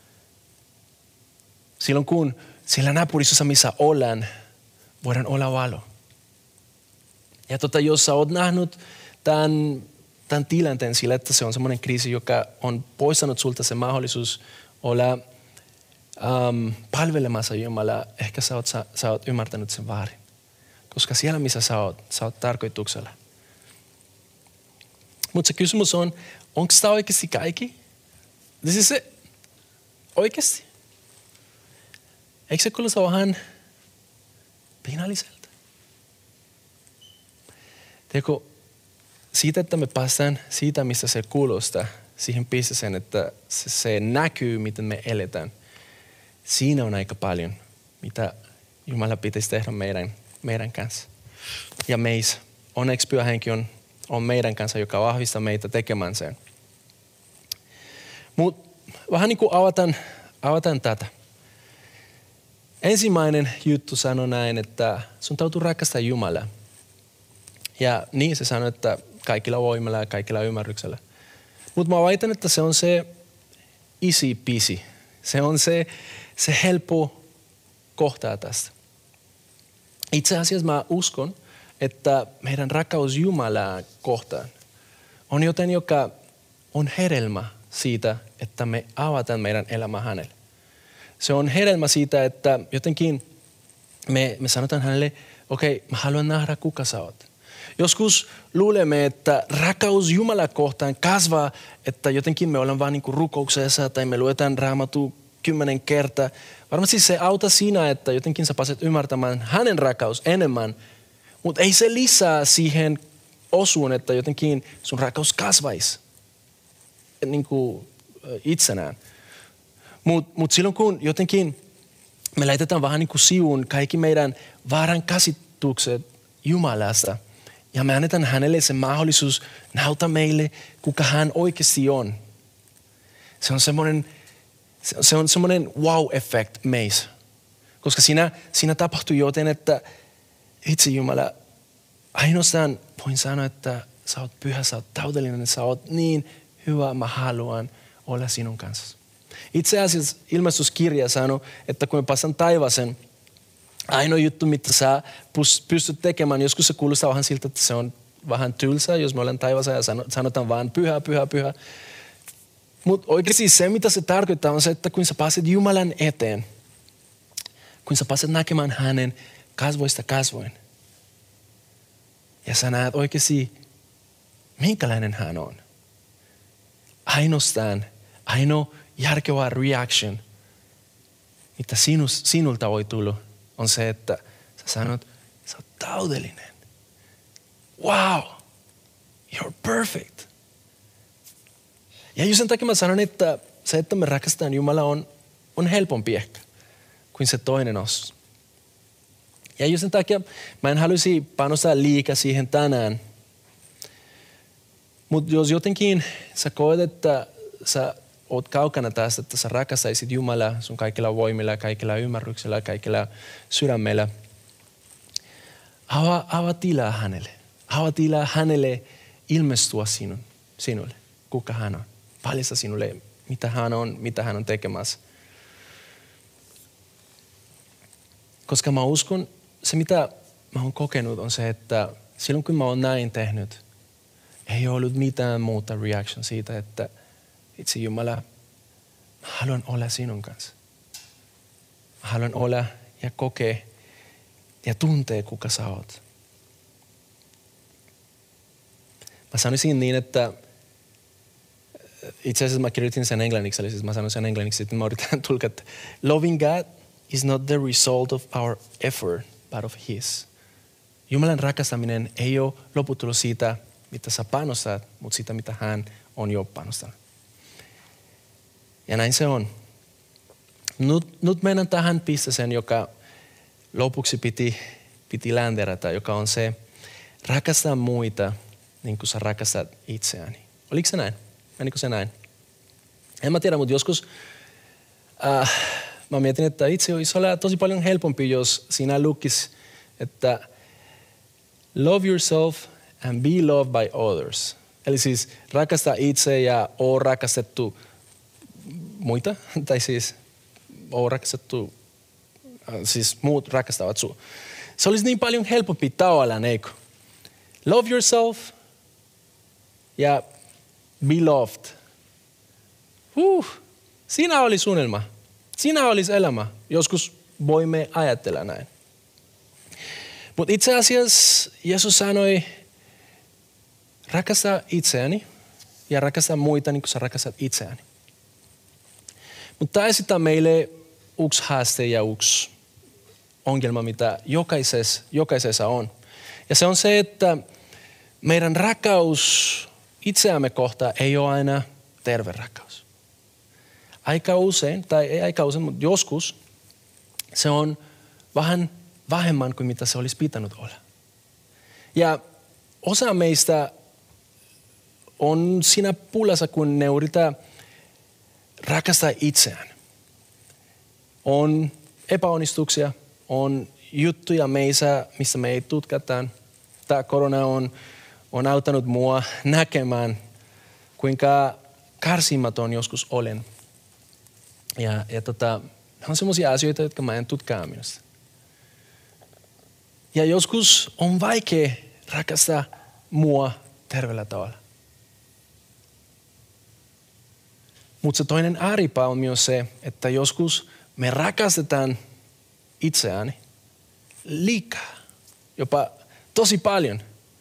Silloin kun siellä naapuristossa, missä ollaan, voidaan olla valo. Ja jos sä oot nähnyt tämän tilanteen sillä, että se on semmoinen kriisi, joka on poistanut sulta se mahdollisuus olla palvelemassa Jumalaa, ehkä sä oot ymmärtänyt sen väärin. Koska siellä, missä sä oot tarkoituksella. Mutta se kysymys on, onko tämä oikeasti kaikki? Siis se oikeasti? Eikö se kuulosta vähän pinnalliselta? Tiedätkö, siitä, että me päästään siitä, missä se kuulostaa, siihen pisteeseen, että se näkyy, miten me eletään. Siinä on aika paljon, mitä Jumala pitäisi tehdä meidän kanssa. Ja meissä. Onneksi Pyhä Henki on meidän kanssa, joka vahvistaa meitä tekemään sen. Mutta vähän niin kuin avataan tätä. Ensimmäinen juttu sanoi näin, että sun täytyy rakastaa Jumalaa. Ja niin se sanoi, että kaikilla voimalla ja kaikilla ymmärryksellä. Mutta mä väitän, että se on se easy peasy. Se on se helppo kohtaa tästä. Itse asiassa mä uskon, että meidän rakkaus Jumalaa kohtaan on joten, joka on hedelmä siitä, että me avataan meidän elämä hänelle. Se on hedelmä siitä, että jotenkin me sanotaan hänelle, okei, mä haluan nähdä kuka sä oot. Joskus luulemme, että rakkaus Jumalaa kohtaan kasvaa, että jotenkin me ollaan vaan niin kuin rukouksessa tai me luetaan Raamattua 10 kertaa. Varmasti se auttaa siinä, että jotenkin sä pääset ymmärtämään hänen rakkaus enemmän, mutta ei se lisää siihen osuun, että jotenkin sun rakkaus kasvaisi niin kuin itsenään. Mut silloin kun jotenkin me laitetaan vähän niin kuin sivuun kaikki meidän vaaran käsitykset Jumalasta ja me annetaan hänelle se mahdollisuus näyttää meille, kuka hän oikeasti on. Se on semmoinen wow-effekt meissä. Koska siinä tapahtuu joten, että itse Jumala, ainoastaan voin sanoa, että sä oot pyhä, sä oot täydellinen, sä oot niin hyvä, mä haluan olla sinun kanssa. Itse asiassa ilmestyskirja sanoo, että kun me päästään taivaaseen, ainoa juttu, mitä sä pystyt tekemään, joskus se kuulostaa vähän siltä, että se on vähän tylsää, jos me ollaan taivaassa ja sanotaan vaan pyhä, pyhä, pyhä. Mutta oikeasti se, mitä se tarkoittaa, on se, että kun sä pääset Jumalan eteen, kun sä pääset näkemään hänen kasvoista kasvoin, ja sä näet oikeasti, minkälainen hän on. Ainoa järkevä reaction, mitä sinulta voi tulla, on se, että sä sanot, sä oot täydellinen. Wow, you're perfect. Ja just sen takia mä sanon, että se, että me rakastetaan Jumala on helpompi ehkä kuin se toinen osa. Ja just sen takia mä en halusi panostaa liikaa siihen tänään. Mutta jos jotenkin sä koet, että sä oot kaukana tästä, että sä rakastaisit Jumalaa sun kaikilla voimilla, kaikilla ymmärryksellä, kaikilla sydämellä, avaa tilaa hänelle. Avaa tilaa hänelle ilmestyä sinulle, kuka hän on. Paljasta sinulle, mitä hän on tekemässä. Koska mä uskon, se mitä mä oon kokenut on se, että silloin kun mä oon näin tehnyt, ei ollut mitään muuta reaction siitä, että itse Jumala, mä haluan olla sinun kanssa. Mä haluan olla ja kokea ja tuntee kuka sä oot. Mä sanoisin niin, että itse asiassa mä kirjoitin sen englanniksi, eli siis mä sanoin sen englanniksi, että mä yritän tulkata. Loving God is not the result of our effort, but of His. Jumalan rakastaminen ei ole lopputulos siitä, mitä sä panostat, mutta siitä, mitä hän on jo panostanut. Ja näin se on. Nyt mennään tähän pisteeseen, joka lopuksi piti länderätä, joka on se, rakastaa muita niin kuin sä rakastat itseäni. Oliko se näin? Menikö se näin? En mä tiedä, mutta joskus mä mietin, että itse olisi olla tosi paljon helpompi, jos siinä lukisi, että love yourself and be loved by others. Eli siis rakastaa itse ja oo rakastettu muita, tai siis oo rakastettu, siis muut rakastavat sua. Se olisi niin paljon helpompi tavallaan, eikö? Love yourself ja be loved. Siinä oli suunnitelma. Siinä olisi elämä. Joskus voimme ajatella näin. Mutta itse asiassa Jeesus sanoi, rakasta itseäni ja rakasta muita niin kuin sä rakastat itseäni. Mutta tämä esittää meille yksi haaste ja yksi ongelma, mitä jokaisessa on. Ja se on se, että meidän rakkaus itseämme kohtaan ei ole aina terve rakkaus. Aika usein, tai ei aika usein, mutta joskus se on vähän vähemmän kuin mitä se olisi pitänyt olla. Ja osa meistä on siinä pulassa, kun ne yrittää rakastaa itseään. On epäonnistuksia, on juttuja meissä, missä me ei tutkataan. Tämä korona on auttanut mua näkemään, kuinka kärsimätön joskus olen. Ja on sellaisia asioita, jotka mä en tutkaa minusta. Ja joskus on vaikea rakastaa mua terveellä tavalla. Mutta se toinen ääripää on myös se, että joskus me rakastetaan itseäni liikaa, jopa tosi paljon.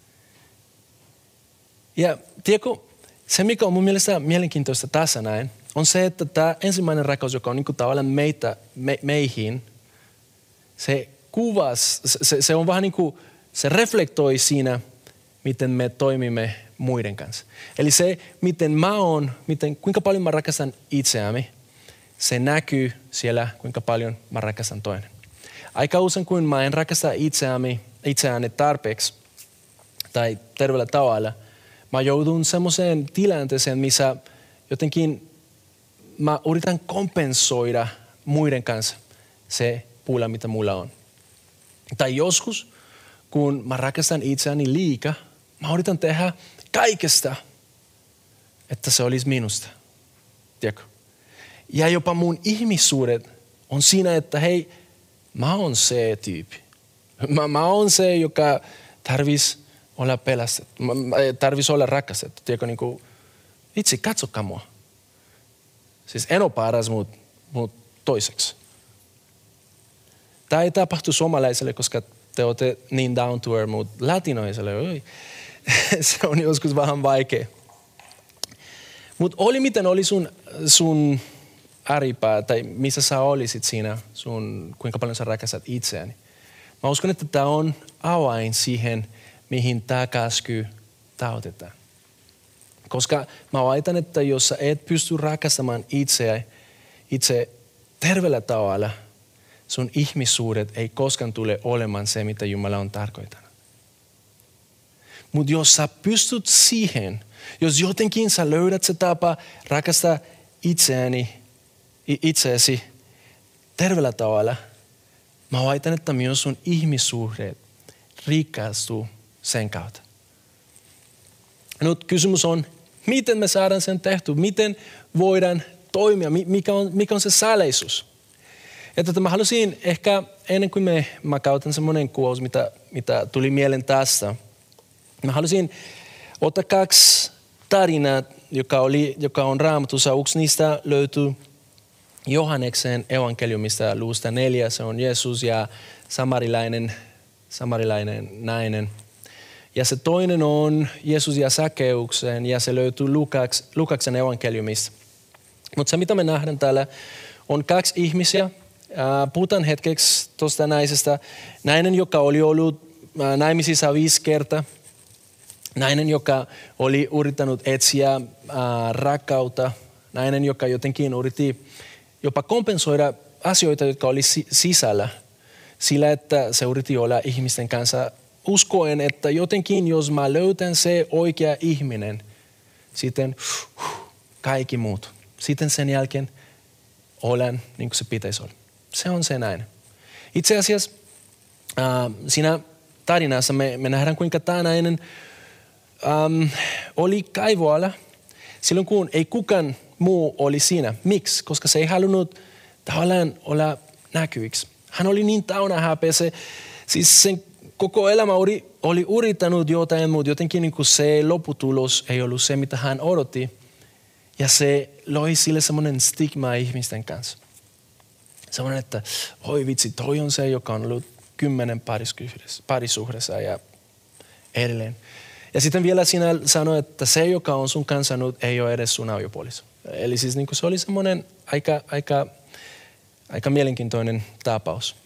Ja tiedätkö, se mikä on mun mielestä mielenkiintoista tässä näin, on se, että tämä ensimmäinen rakkaus, joka on niin kuin tavallaan meihin, se kuvas, se on vähän niin kuin, se reflektoi siinä, miten me toimimme muiden kanssa. Eli se, miten mä oon, kuinka paljon mä rakastan itseäni, se näkyy siellä, kuinka paljon mä rakastan toinen. Aika usein, kun mä en rakasta itseäni tarpeeksi tai terveellä tavalla, mä joudun semmoiseen tilanteeseen, missä jotenkin mä yritän kompensoida muiden kanssa se pula, mitä mulla on. Tai joskus, kun mä rakastan itseäni liikaa, mä yritän tehdä kaikesta, että se olisi minusta. Tiedätkö? Ja jopa mun ihmissuudet on siinä, että hei, mä oon se tyyppi. Mä oon se, joka tarvitsisi olla pelastettu. Tarvitsisi olla rakastettu. Tiedätkö, niin kuin, vitsi, katsokaa mua. Siis en ole paras, mutta toiseksi. Tämä ei tapahtu suomalaiselle, koska te olette niin down to earth, mutta latinoiselle, se on joskus vähän vaikea. Mutta oli miten oli sun ääripää, tai missä sä olisit siinä, kuinka paljon sä rakastat itseäni. Mä uskon, että tämä on avain siihen, mihin tämä käsky täytetään. Koska mä väitän, että jos sä et pysty rakastamaan itse terveellä tavalla, sun ihmissuudet ei koskaan tule olemaan se, mitä Jumala on tarkoittanut. Mutta jos sä pystyt siihen, jos jotenkin sä löydät se tapa rakastaa itseäsi terveellä tavalla, mä väitän, että myös sun ihmissuhteet rikastuu sen kautta. Nyt kysymys on, miten me saadaan sen tehty? Miten voidaan toimia? Mikä on se salaisuus? Ja mä halusin ehkä, ennen kuin mä käytän semmoinen kuvaus, mitä tuli mieleen tästä. Mä halusin ottaa 2 tarinaa, joka on Raamatussa. Yksi niistä löytyy Johanneksen evankeliumista luvusta 4. Se on Jeesus ja samarilainen nainen. Ja se toinen on Jeesus ja Sakkeuksen ja se löytyy Lukaksen evankeliumista. Mutta se mitä me nähdään täällä on 2 ihmisiä. Puhutaan hetkeksi tuosta naisesta. Nainen, joka oli ollut naimisissa 5 kertaa. Nainen, joka oli yrittänyt etsiä rakkautta. Nainen, joka jotenkin yritti jopa kompensoida asioita, jotka oli sisällä. Sillä, että se yritti olla ihmisten kanssa uskoen, että jotenkin jos mä löytän se oikea ihminen, sitten kaikki muut. Sitten sen jälkeen olen niin kuin se pitäisi olla. Se on se näin. Itse asiassa siinä tarinassa me nähdään, kuinka tämä nainen oli kaivoalla silloin, kun ei kukaan muu oli siinä. Miksi? Koska se ei halunnut tavallaan olla näkyviksi. Hän oli niin täynnä häpeä. Siis sen koko elämä oli yrittänyt jotain, mutta jotenkin niin kuin se lopputulos ei ollut se, mitä hän odotti. Ja se loi sille semmoinen stigma ihmisten kanssa. Semmoinen, että oi vitsi, toi on se, joka on ollut 10 parisuhdessa ja edelleen. Ja sitten vielä siinä sanoi, että se, joka on sun kanssa nyt, ei ole edes sun aviopuoliso. Eli siis niin kuin se oli semmoinen aika mielenkiintoinen tapaus.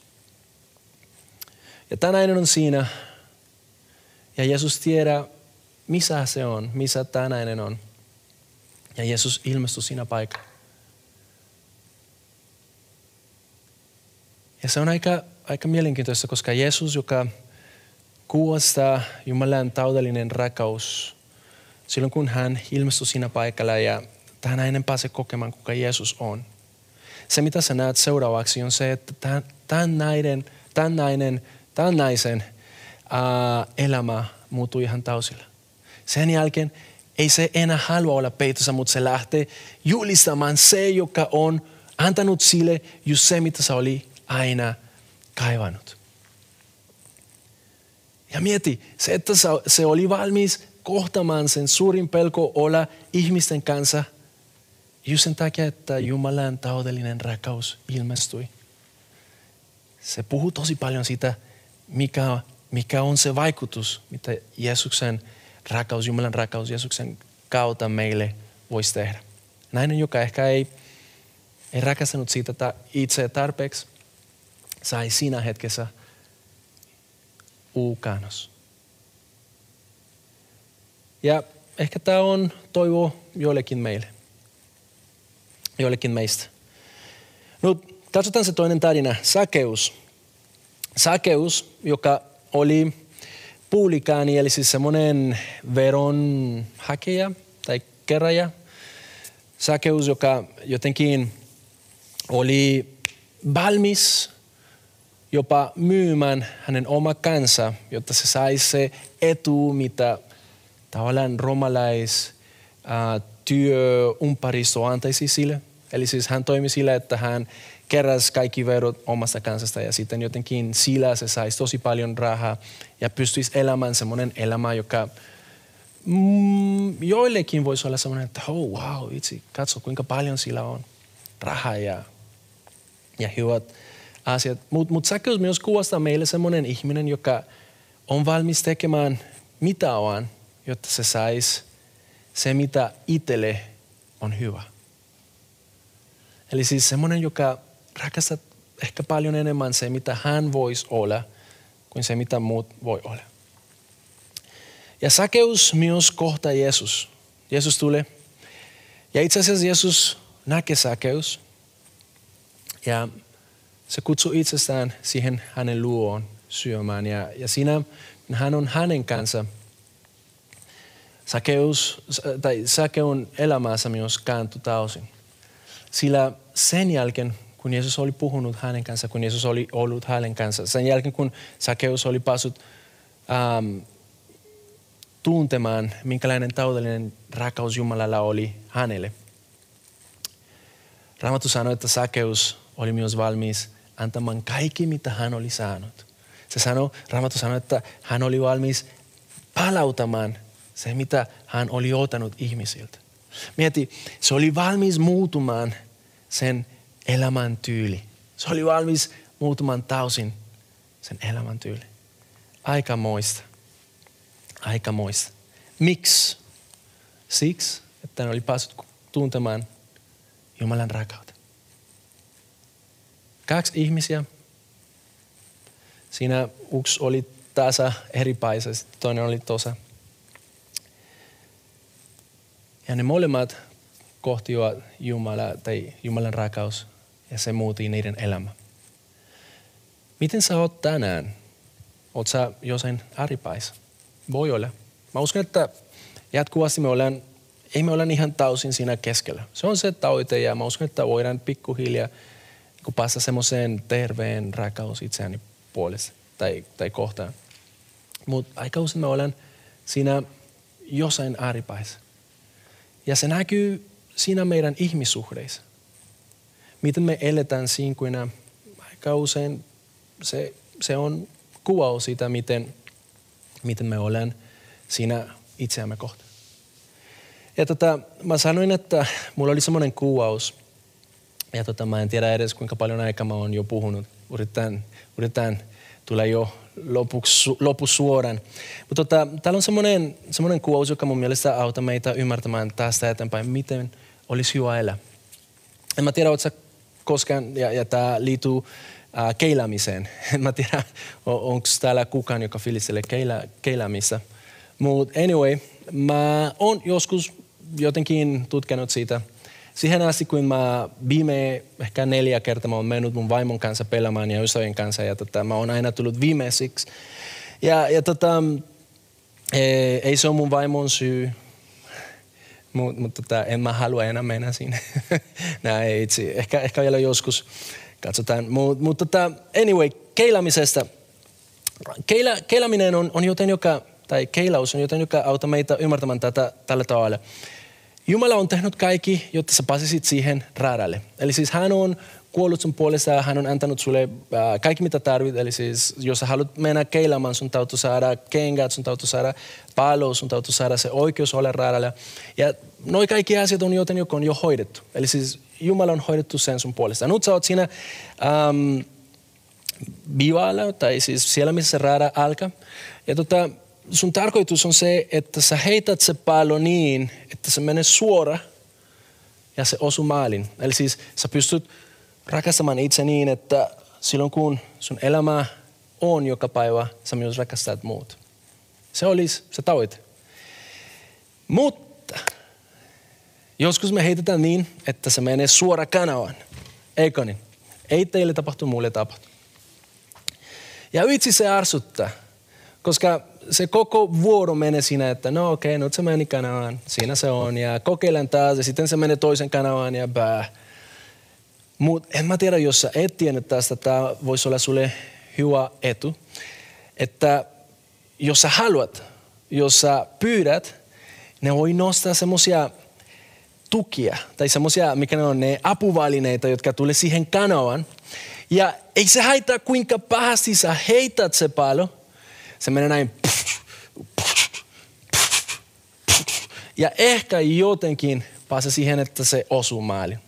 Ja tämä nainen on siinä. Ja Jeesus tiedää, missä se on, missä tämä nainen on. Ja Jeesus ilmestyi siinä paikalla. Ja se on aika mielenkiintoista, koska Jeesus, joka kuvastaa Jumalan täydellinen rakkaus, silloin kun hän ilmestyi siinä paikalla ja tämä nainen pääsee kokemaan, kuka Jeesus on. Se, mitä sä näet seuraavaksi, on se, että tämän naisen elämä muuttui ihan täysillä. Sen jälkeen ei se enää halua olla peitossa, mutta se lähtee julistamaan se, joka on antanut sille just se, mitä se oli aina kaivannut. Ja mieti, se, että se oli valmis kohtamaan sen suurin pelko olla ihmisten kanssa just sen takia, että Jumalan täydellinen rakkaus ilmestyi. Se puhuu tosi paljon siitä, mikä on se vaikutus, mitä Jeesuksen rakkaus, Jumalan rakkaus Jeesuksen kautta meille voisi tehdä. Nainen, joka ehkä ei rakastanut siitä itse tarpeeksi, sai siinä hetkessä uukannos. Ja ehkä tämä on toivo joillekin meistä. No, katsotaan se toinen tarina, Sakkeus. Sakkeus, joka oli publikaani, eli siis semmoinen veronhakija tai keräjä. Sakkeus, joka jotenkin oli valmis jopa myymään hänen oma kansa, jotta se saisi se etu, mitä tavallaan työympäristö antaisi sille. Eli siis hän toimi sillä, että hän keräsi kaikki verot omasta kansasta ja sitten jotenkin sillä se saisi tosi paljon rahaa ja pystyisi elämään semmoinen elämä, joka joillekin voisi olla semmoinen, että wow, itse katso kuinka paljon sillä on rahaa ja hyvät asiat. Mutta Sakkeus myös kuvastaa meille semmoinen ihminen, joka on valmis tekemään mitä on, jotta se saisi se, mitä itselle on hyvä. Eli siis semmoinen, joka rakastaa ehkä paljon enemmän se, mitä hän voisi olla, kuin se, mitä muut voi olla. Ja Sakkeus myös kohtaa Jeesus. Jeesus tulee. Ja itse asiassa Jeesus näkee Sakkeus. Ja se kutsuu itsestään siihen hänen luoon syömään. Ja siinä hän on hänen kanssa. Sakkeun elämässä myös kääntyi täysin. Sillä sen jälkeen, kun Jeesus oli puhunut hänen kanssa, kun Jeesus oli ollut hänen kanssa, sen jälkeen kun Sakkeus oli päässyt tuntemaan, minkälainen täydellinen rakkaus Jumalalla oli hänelle. Raamattu sanoi, että Sakkeus oli myös valmis antamaan kaikki, mitä hän oli saanut. Raamattu sanoi, että hän oli valmis palautamaan se, mitä hän oli ottanut ihmisiltä. Mieti, se oli valmis muuttumaan sen elämäntyyli. Se oli valmis muuttumaan täysin sen elämäntyyli. Aikamoista. Miksi? Siksi, että hän oli päässyt tuntemaan Jumalan rakkautta. 2 ihmisiä. Siinä yksi oli tasa eri paikassa, toinen oli tosa. Ja ne molemmat kohtivat Jumalan rakkaus ja se muutti niiden elämä. Miten sä oot tänään? Oot sä jossain ääripäissä? Voi olla. Mä uskon, että jatkuvasti ei me olla ihan täysin siinä keskellä. Se on se tavoite ja mä uskon, että voidaan pikkuhiljaa päästä semmoiseen terveen rakkaus itseäni puolesta tai kohtaan. Mutta aika usein me ollaan siinä jossain ääripäissä. Ja se näkyy siinä meidän ihmissuhdeissa. Miten me eletään siinä, aika usein se on kuvaus siitä, miten me ollaan siinä itseämme kohta. Ja mä sanoin, että mulla oli semmoinen kuvaus. Ja mä en tiedä edes kuinka paljon aikaa mä oon jo puhunut. Yritetään tulla jo lopussa suoraan. Mutta täällä on semmoinen kuvaus, joka mun mielestä auttaa meitä ymmärtämään tästä eteenpäin, miten olisi hyvä elää. En mä tiedä, ootko sä koskaan, ja tää liittyy keiläämiseen. En mä tiedä, onko täällä kukaan, joka fiilistelee keiläämistä. Mutta anyway, mä oon joskus jotenkin tutkinut siitä. Siihen asti, kun mä viime ehkä 4 kertaa mä oon mennyt mun vaimon kanssa pelaamaan ja ystävien kanssa ja mä oon aina tullut viimeisiksi. Ei se ole mun vaimon syy, mutta en mä halua enää mennä sinne. Näin itse. Ehkä vielä joskus katsotaan. Mutta anyway, keilamisesta. Keilaminen on jotain, keilaus on jotain, joka auttaa meitä ymmärtämään tätä tällä tavalla. Jumala on tehnyt kaikki, jotta sä pääsisit siihen radalle. Eli siis hän on kuollut sun puolesta ja hän on antanut sulle kaikki mitä tarvit. Eli siis jos sä haluat mennä keilamaan, sun täytyy saada kengät, sun täytyy saada palo, sun täytyy saada se oikeus olla radalla. Ja noi kaikki asiat on on jo hoidettu. Eli siis Jumala on hoidettu sen sun puolesta. Nyt sä oot siinä bivaalla, tai siis siellä missä se rada alkaa. Ja sun tarkoitus on se, että sä heität se pallo niin, että se menee suora ja se osuu maalin. Eli siis sä pystyt rakastamaan itse niin, että silloin kun sun elämä on joka päivä, sä myös rakastat muut. Se olisi se tavoite. Mutta joskus me heitetään niin, että se menee suora kanavaan. Eikö niin? Ei teille tapahtu, mulle tapahtu. Ja vitsi se arsuttaa, koska se koko vuoro menee siinä, että no okei, nyt se meni kanavaan, siinä se on ja kokeilen taas ja sitten se menee toisen kanavaan ja Mutta en mä tiedä, jos sä et tiennyt tästä, tämä voisi olla sulle hyvä etu, että jos sä haluat, jos sä pyydät, ne voi nostaa semmoisia tukia tai semmoisia, mikä ne on, ne apuvälineitä, jotka tulee siihen kanavaan. Ja ei se haittaa, kuinka pahasti sä heität se pallo. Se menee näin. Ja ehkä jotenkin pääsee siihen, että se osuu maaliin.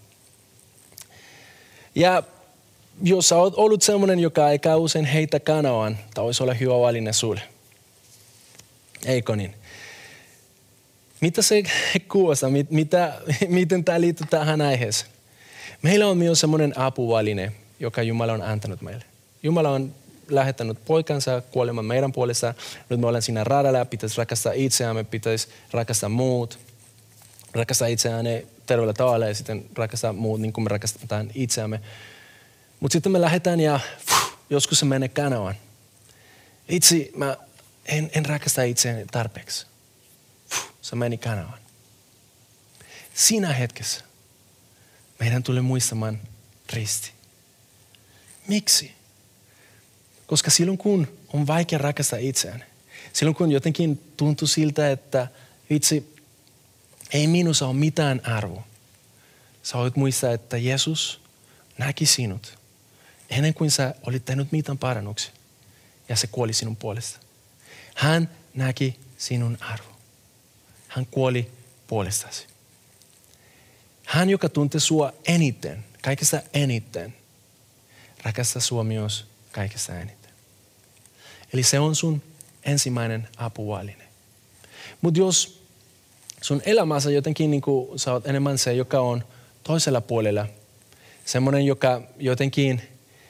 Ja jos sä oot ollut semmoinen, joka ei usein heitä kanavaan, tämä voisi olla hyvä valinne sulle. Eikö niin? Mitä se kuvastaa? Miten tämä liittyy tähän aiheeseen? Meillä on myös semmoinen apuväline, joka Jumala on antanut meille. Jumala on lähettänyt poikansa kuolemaan meidän puolesta. Nyt me ollaan siinä radalla, pitäisi rakastaa itseämme, pitäisi rakastaa muut. Rakastaa itseämme terveellä tavalla ja sitten rakastaa muut niin kuin me rakastetaan itseämme. Mutta sitten me lähdetään ja joskus se menee kanavaan. Itse mä en rakasta itseäni tarpeeksi. Se meni kanavaan. Siinä hetkessä meidän tulee muistamaan risti. Miksi? Koska silloin kun on vaikea rakastaa itseään, silloin kun jotenkin tuntuu siltä, että itse ei minussa ole mitään arvoa. Sä voit muistaa, että Jeesus näki sinut ennen kuin sä olit tehnyt mitään parannuksia ja se kuoli sinun puolesta. Hän näki sinun arvo. Hän kuoli puolestasi. Hän, joka tuntee sua eniten, kaikesta eniten, rakastaa sua myös kaikesta eniten. Eli se on sun ensimmäinen apuväline. Mutta jos sun elämässä jotenkin niin kuin sä oot enemmän se, joka on toisella puolella, semmoinen, joka jotenkin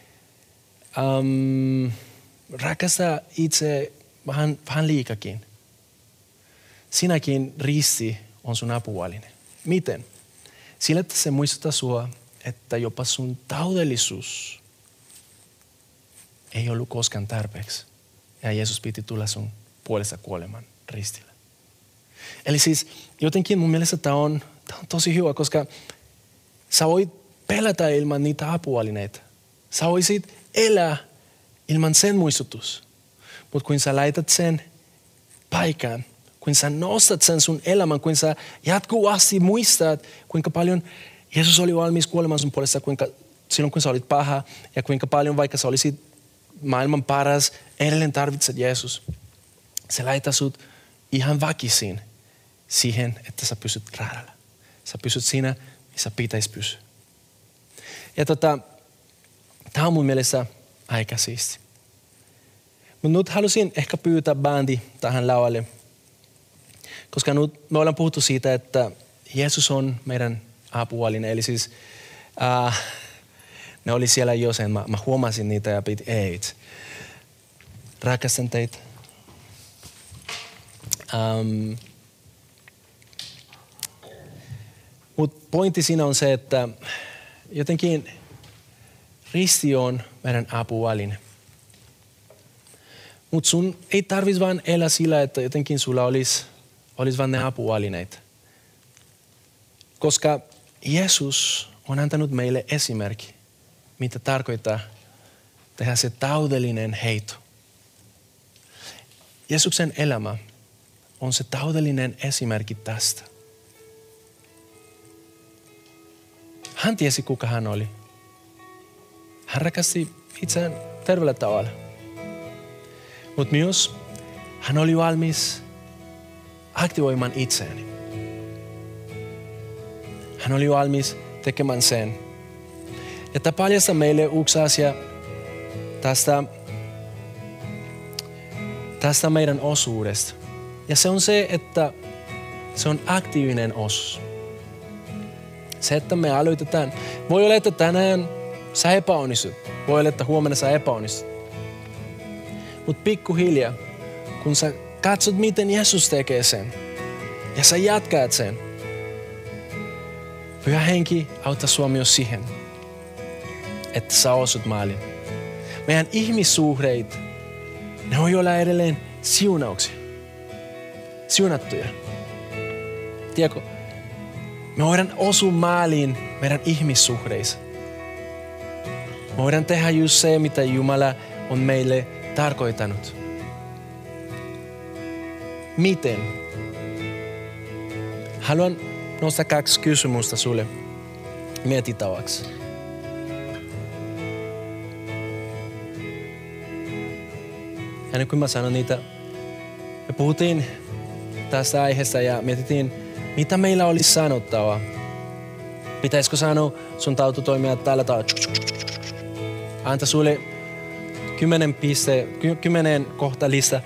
rakastaa itse vähän liikakin. Sinäkin risti on sun apuväline. Miten? Sillä, että se muistuttaa sua, että jopa sun taudellisuus ei ollut koskaan tarpeeksi. Ja Jeesus piti tulla sun puolesta kuolemaan ristillä. Eli siis jotenkin mun mielestä tämä on tosi hyvä, koska sä voit pelätä ilman niitä apuvälineitä. Sä voisit elää ilman sen muistutus. Mutta kun sä laitat sen paikan, kun sä nostat sen sun elämän, kun sä jatkuvasti muistat, kuinka paljon Jeesus oli valmis kuolemaan sun puolesta, silloin kun sä olit paha ja kuinka paljon vaikka sä olisit maailman paras, edelleen tarvitset Jeesus. Se laittaa sut ihan väkisin siihen, että sä pysyt radalla. Sä pysyt siinä, missä pitäisi pysyä. Ja tämä on mun mielestä aika siisti. Mutta nyt halusin ehkä pyytää bändi tähän lavalle. Koska nyt me ollaan puhuttu siitä, että Jeesus on meidän apuväline. Eli siis ne oli siellä jossain. Mä huomasin niitä ja piti rakastan teitä. Mutta pointti siinä on se, että jotenkin risti on meidän apuväline. Mutta sun ei tarvitsisi vaan elää sillä, että jotenkin sulla olisi vaan ne apuvälineitä. Koska Jeesus on antanut meille esimerkki, mitä tarkoittaa tehdä se täydellinen heitto. Jeesuksen elämä on se täydellinen esimerkki tästä. Hän tiesi, kuka hän oli. Hän rakasti itseään terveellä tavalla. Mutta myös hän oli valmis aktivoimaan itseäni. Hän oli valmis tekemään sen. Ja tämä paljastaa meille yksi asia tästä meidän osuudesta. Ja se on se, että se on aktiivinen osuus. Se, että me aloitetaan. Voi olla, että tänään sä epäonnistut. Voi olla, että huomenna sä epäonnistut. Mutta pikkuhiljaa, kun sä katsot, miten Jeesus tekee sen, ja sä jatkaat sen, Pyhä Henki auttaa sua myös siihen, että sä osut maaliin. Meidän ihmissuhteet, ne voi olla edelleen siunauksia. Siunattuja. Tiedätkö, me voidaan osua maaliin meidän ihmissuhteissa. Me voidaan tehdä just se, mitä Jumala on meille tarkoittanut. Miten? Haluan nostaa 2 kysymystä sulle mietittäväksi. Ja nyt kun mä sanon niitä, me puhuttiin tästä aiheesta ja mietittiin, mitä meillä olisi sanottavaa. Pitäisikö sanoa sun tautotoimia tällä tavalla? Anta sulle 10 kohta lista,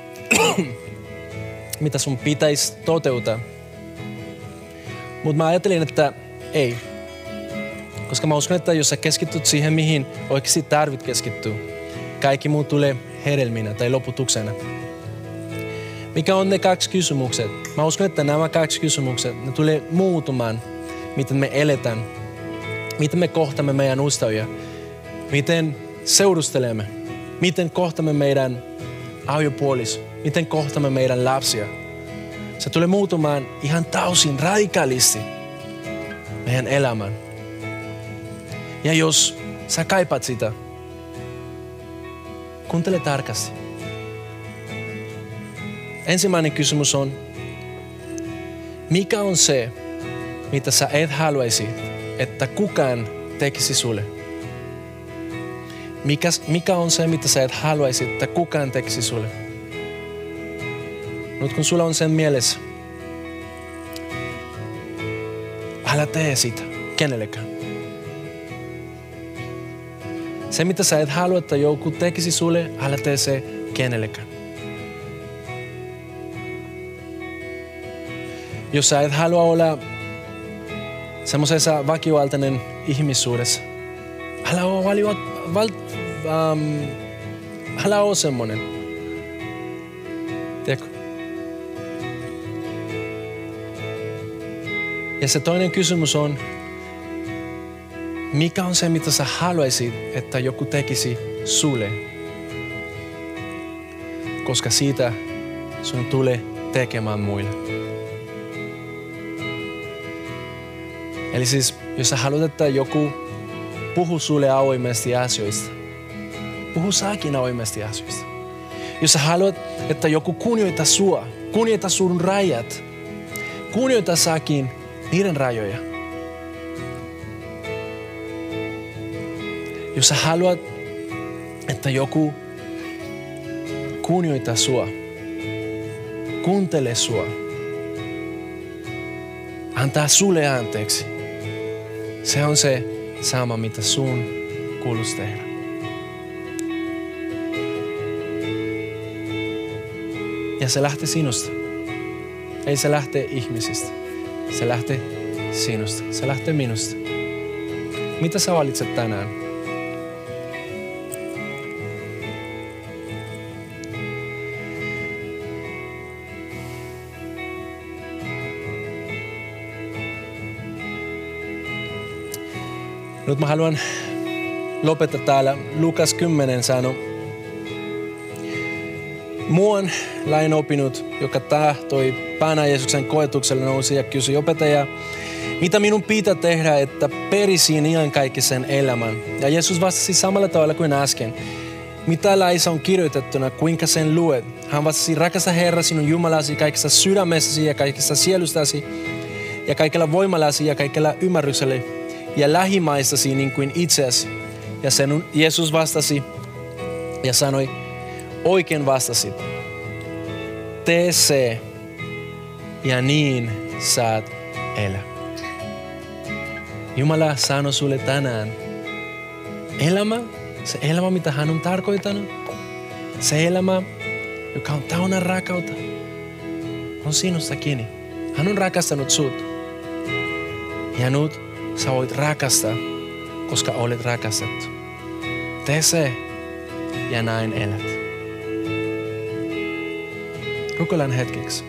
mitä sun pitäisi toteuttaa. Mutta mä ajattelin, että ei. Koska mä uskon, että jos sä keskityt siihen, mihin oikeasti tarvit keskittyä, kaikki muu tulee hedelminä tai loputuksena. Mikä on ne 2 kysymykset? Mä uskon, että nämä 2 kysymykset, ne tulee muuttumaan, miten me eletään, miten me kohtamme meidän ystäviä, miten seurustelemme, miten kohtamme meidän aviopuoliso, miten kohtamme meidän lapsia. Se tulee muuttumaan ihan täysin radikaalisti meidän elämään. Ja jos sä kaipaat sitä, kuuntele tarkasti. Ensimmäinen kysymys on, mikä on se, mitä sä et haluaisi, että kukaan tekisi sulle? Mikä on se, mitä sä et haluaisi, että kukaan tekisi sulle? Nyt kun sulla on sen mielessä, älä tee sitä kenellekään. Se, mitä sä et halua, että joku tekisi sulle, älä tee se kenellekään. Jos sä et halua olla semmoisessa väkivaltainen ihmissuudessa, älä ole semmoinen. Tiedätkö? Ja se toinen kysymys on, mikä on se, mitä sä haluaisit, että joku tekisi sulle? Koska siitä sun tulee tekemään muille. Eli siis, jos sä haluat, että joku puhuu sulle avoimesti asioista, puhu säkin avoimesti asioista. Jos sä haluat, että joku kunnioittaa sua, kunnioittaa sun rajat, kunnioittaa säkin niiden rajoja. Jos sä haluat, että joku kunnioittaa sua, kuuntele sua, antaa sulle anteeksi, se on se sama, mitä sun kuuluisi tehdä. Ja se lähtee sinusta. Ei se lähtee ihmisistä. Se lähtee sinusta. Se lähtee minusta. Mitä sä valitset tänään? Nyt mä haluan lopettaa täällä. Lukas 10 sanoo. Muuan lain opinut, joka tahtoi Päänä Jeesuksen koetukselle, nousi ja kysyi opettaja, mitä minun pitää tehdä, että perisin iankaikkisen elämän? Ja Jeesus vastasi samalla tavalla kuin äsken. Mitä laissa on kirjoitettuna, kuinka sen luet? Hän vastasi, rakasta Herra sinun Jumalasi kaikessa sydämessäsi ja kaikessa sielustasi ja kaikella voimallasi ja kaikella ymmärryksellä ja lähimaissasi niin kuin itseäsi. Ja sen Jeesus vastasi ja sanoi, oikein vastasit. Tee se ja niin saat elää. Jumala sanoi sulle tänään, se elämä, mitä hän on tarkoittanut, se elämä, joka on täynnä rakkautta, on sinusta kiinni. Hän on rakastanut sut. Ja nyt sä voit rakastaa, koska olet rakastettu. Tee se ja näin elät. Rukoillaan hetkeksi.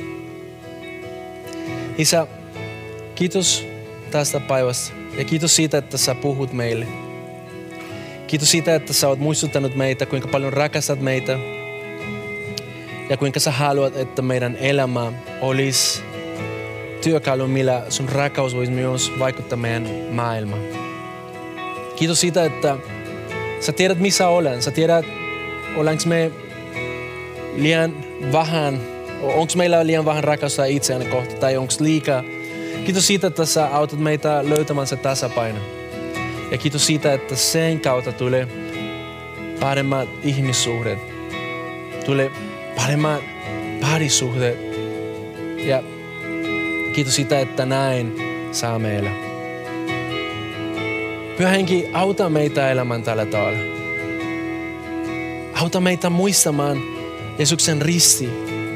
Isä, kiitos tästä päivästä ja kiitos siitä, että sä puhut meille. Kiitos siitä, että sä oot muistuttanut meitä, kuinka paljon rakastat meitä ja kuinka sä haluat, että meidän elämä olisi työkalu, millä sun rakkaus voisi myös vaikuttaa meidän maailmaan. Kiitos siitä, että sä tiedät, missä olen. Sä tiedät, ollaanko me liian vähän, onko meillä liian vähän rakastaa itseään kohta tai onko liikaa. Kiitos siitä, että sä autat meitä löytämään se tasapaino. Ja kiitos siitä, että sen kautta tulee paremmat ihmissuhteet. Tulee paremmat parisuhteet. Ja kiitos siitä, että näin saamme elää. Pyhä Henki, auta meitä elämään tällä tavalla. Auta meitä muistamaan Jeesuksen risti.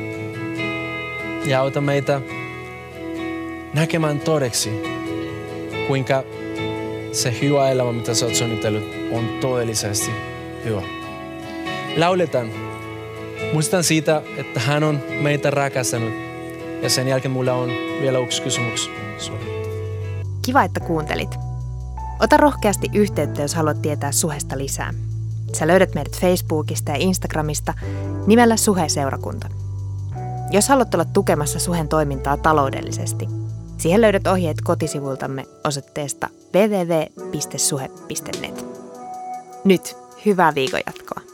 Ja auta meitä näkemään todeksi, kuinka se hyvä elämä, mitä sä oot suunnitellut, on todellisesti hyvä. Lauletaan. Muistan siitä, että hän on meitä rakastanut. Ja sen jälkeen mulla on vielä yksi kysymys sulle. Kiva, että kuuntelit. Ota rohkeasti yhteyttä, jos haluat tietää Suhesta lisää. Sä löydät meidät Facebookista ja Instagramista nimellä Suhe-seurakunta. Jos haluat olla tukemassa Suhen toimintaa taloudellisesti, siihen löydät ohjeet kotisivultamme osoitteesta www.suhe.net. Nyt hyvää viikon jatkoa.